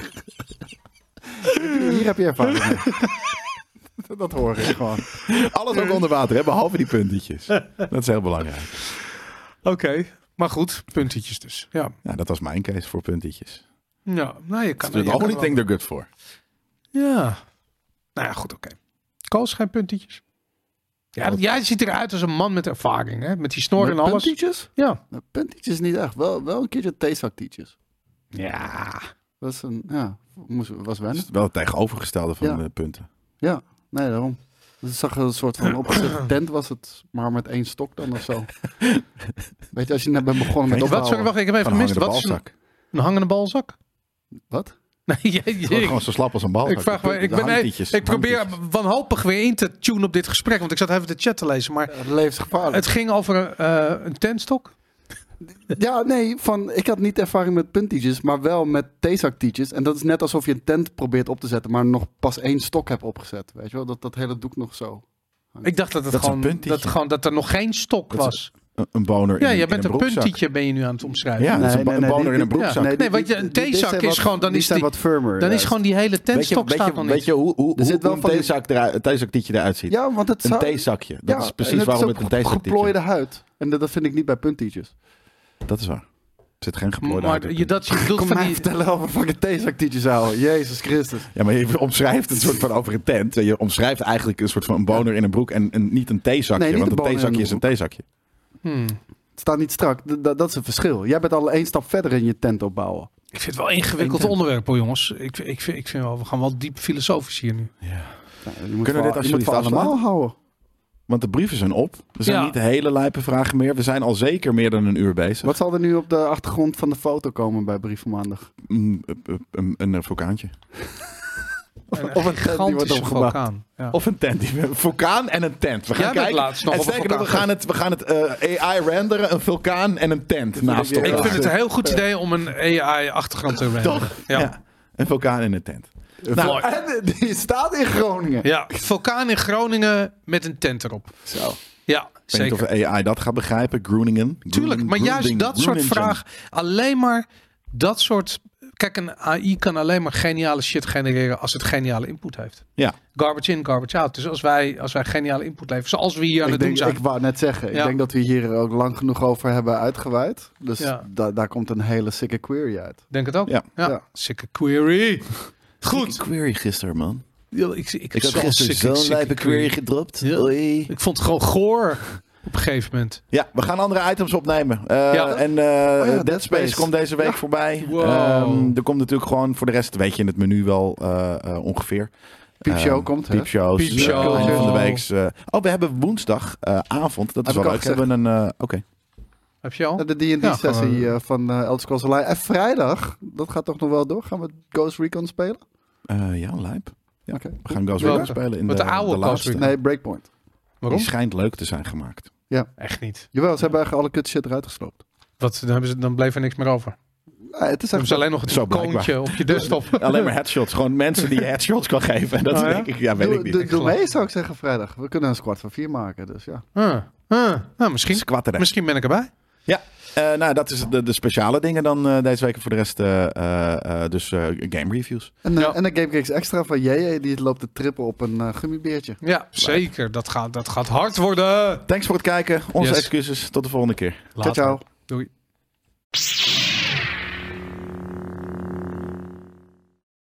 Hier heb je ervaring mee. Dat hoor ik gewoon. Alles ook onder water, hè, behalve die puntietjes. Dat is heel belangrijk. Oké, maar goed, punttietjes dus. Ja, Ja, dat was mijn case voor puntietjes. ja nou je kan... That's je the kan only wel- thing they're good for. Ja, nou ja, goed, oké. Koos, geen punttietjes? Ja, dat- jij ziet eruit als een man met ervaring, hè? Met die snor en Met alles. puntietjes? Ja. Nou, puntietjes niet echt. Wel, wel een keertje theezaktietjes. Ja. Dat is een, ja, moest, was Dat wennen. is wel het tegenovergestelde van Ja. de punten. Ja, nee, daarom. Het zag er een soort van opgezette tent was het, maar met één stok dan of zo. Weet je, als je net bent begonnen met Wat, sorry, opbouwen. wacht, ik heb even Van een gemist. hangende Wat is een, balzak. een hangende balzak? Wat? Nee, jij- Gewoon, jij- gewoon zo slap als een bal. ik vraag me, ik, ben, nee, ik probeer wanhopig weer in te tunen op dit gesprek, want ik zat even de chat te lezen, maar Het levensgevaarlijk. het ging over eh, een tentstok. Ja, nee, van, ik had niet ervaring met punttietjes, maar wel met theezaktietjes. En dat is net alsof je een tent probeert op te zetten, maar nog pas één stok hebt opgezet. Weet je wel, dat dat hele doek nog zo. Ik dacht dat het Dat is een gewoon, punttietje. dat, gewoon dat er nog geen stok Dat is- was. Een, een boner Ja, in, je in bent een broekzak. punttietje ben je nu aan het omschrijven. Ja, dat is Nee, een, ba- nee, een nee, boner die- in een broekzak. Ja. Nee, die- want je- die- een die- die theezak zijn is wat- gewoon- dan die is zijn die- wat firmer. Dan is juist. gewoon die hele Weet je, tentstok weet staat je, nog weet niet. je hoe, hoe, Er zit hoe wel een van die- theezak eruit- een theezaktietje eruit ziet? Ja, want het Een zou... theezakje. Dat ja, is en precies het waarom is het een ook theezaktietje geplooide is. huid. En dat, dat vind ik niet bij punttietjes. Dat is waar. Er zit geen geplooide huid Maar op. je, dat je bedoelt Kom van mij die... vertellen over fucking theezaktietjes houden. Jezus Christus. Ja, maar je omschrijft een soort van over een tent. Je omschrijft eigenlijk een soort van een boner in een broek en, en niet een theezakje. Nee, niet want een een boner in theezakje een is een broek. theezakje. Hmm. Het staat niet strak. D- d- dat is een verschil. Jij bent al één stap verder in je tent opbouwen. Ik vind het wel een ingewikkeld Eén tent. onderwerp hoor jongens. Ik, ik, vind, ik vind wel, we gaan wel diep filosofisch hier nu. Ja. je moet Kunnen we voor- dit je moet voor alsjeblieft allemaal houden. Want de brieven zijn op. Er zijn Ja. niet hele lijpe vragen meer. We zijn al zeker meer dan een uur bezig. Wat zal er nu op de achtergrond van de foto komen bij Brief van Maandag? Mm, een, een, een vulkaantje. Een Of een tent die wordt gigantische opgebouwd. vulkaan. Ja. Of een tent. Een vulkaan en een tent. We gaan Jij bent kijken. laatst nog En op een sterker nog, we vulkaan gaan het, we gaan het uh, A I renderen. Een vulkaan en een tent vind naast ik- elkaar. Ik vind het een heel goed idee om een A I-achtergrond te hebben. Toch? Ja. Ja. Een vulkaan en een tent. Nou, en die staat in Groningen. Ja, vulkaan in Groningen met een tent erop. Zo. Ja, Ik weet niet zeker. of A I dat gaat begrijpen. Groningen. Tuurlijk, maar juist dat soort vragen, alleen maar dat soort... Kijk, een A I kan alleen maar geniale shit genereren als het geniale input heeft. Ja. Garbage in, garbage out. Dus als wij, als wij geniale input leveren, zoals we hier aan Ik, het doen denk, zijn. ik wou net zeggen, Ja. ik denk dat we hier ook lang genoeg over hebben uitgeweid. Dus Ja. da- daar komt een hele sicke query uit. Denk het ook? Ja. ja. Ja. Sikke query. Goed. Query gisteren, man. Ja, Ik, ik, Ik had zo'n gisteren sikke- zo'n sikke lijpe query gedropt. Ja. Oei. Ik vond het gewoon goor op een gegeven moment. Ja, we gaan andere items opnemen. Uh, Ja. En uh, ja, Dead Dead Space Space. komt deze week Ja. voorbij. Wow. Um, er komt natuurlijk gewoon voor de rest, weet je in het menu wel uh, uh, ongeveer. Piepshow Um, komt, hè? Piepshows. Piepshow. uh, van de week. Uh, oh, we hebben woensdagavond. dat is Heb wel ik leuk. al We hebben een... Uh, Oké. Heb je al? De D en Ja, D-sessie gewoon- eh, van uh, Elder Scrolls Online. En vrijdag, dat gaat toch nog wel door? Gaan we Ghost Recon spelen? Uh, ja, lijp. Ja. Oké. We gaan Ghost Welke? Recon spelen in Met de, de oude Ghost laatste. Recon? Nee, Breakpoint. Waarom? Die schijnt leuk te zijn gemaakt. Echt niet. Jawel, ze hebben eigenlijk alle kut shit eruit gesloopt. Wat, dan, hebben ze, dan bleef er niks meer over. Nee, het is Dan hebben echt ze alleen nog het Zo icoontje op je desktop. Alleen maar headshots. Gewoon mensen die je headshots kan geven. En dat Oh, ja? denk ik, ja, weet Doe, ik niet. doe, Ik doe geloof- mee, zou ik zeggen, vrijdag. We kunnen een squad van vier maken, dus ja. Huh. Huh. Nou, misschien, Squatteren. misschien ben ik erbij. Uh, nou, dat is de, de speciale dingen dan uh, deze week. Voor de rest uh, uh, uh, dus uh, game reviews. En, uh, Ja. en een GameKicks extra van J J, die loopt te trippen op een uh, gummibeertje. Ja, zeker. Dat gaat, dat gaat hard worden. Thanks voor het kijken. Onze Yes. excuses. Tot de volgende keer. Ciao, ciao. Doei.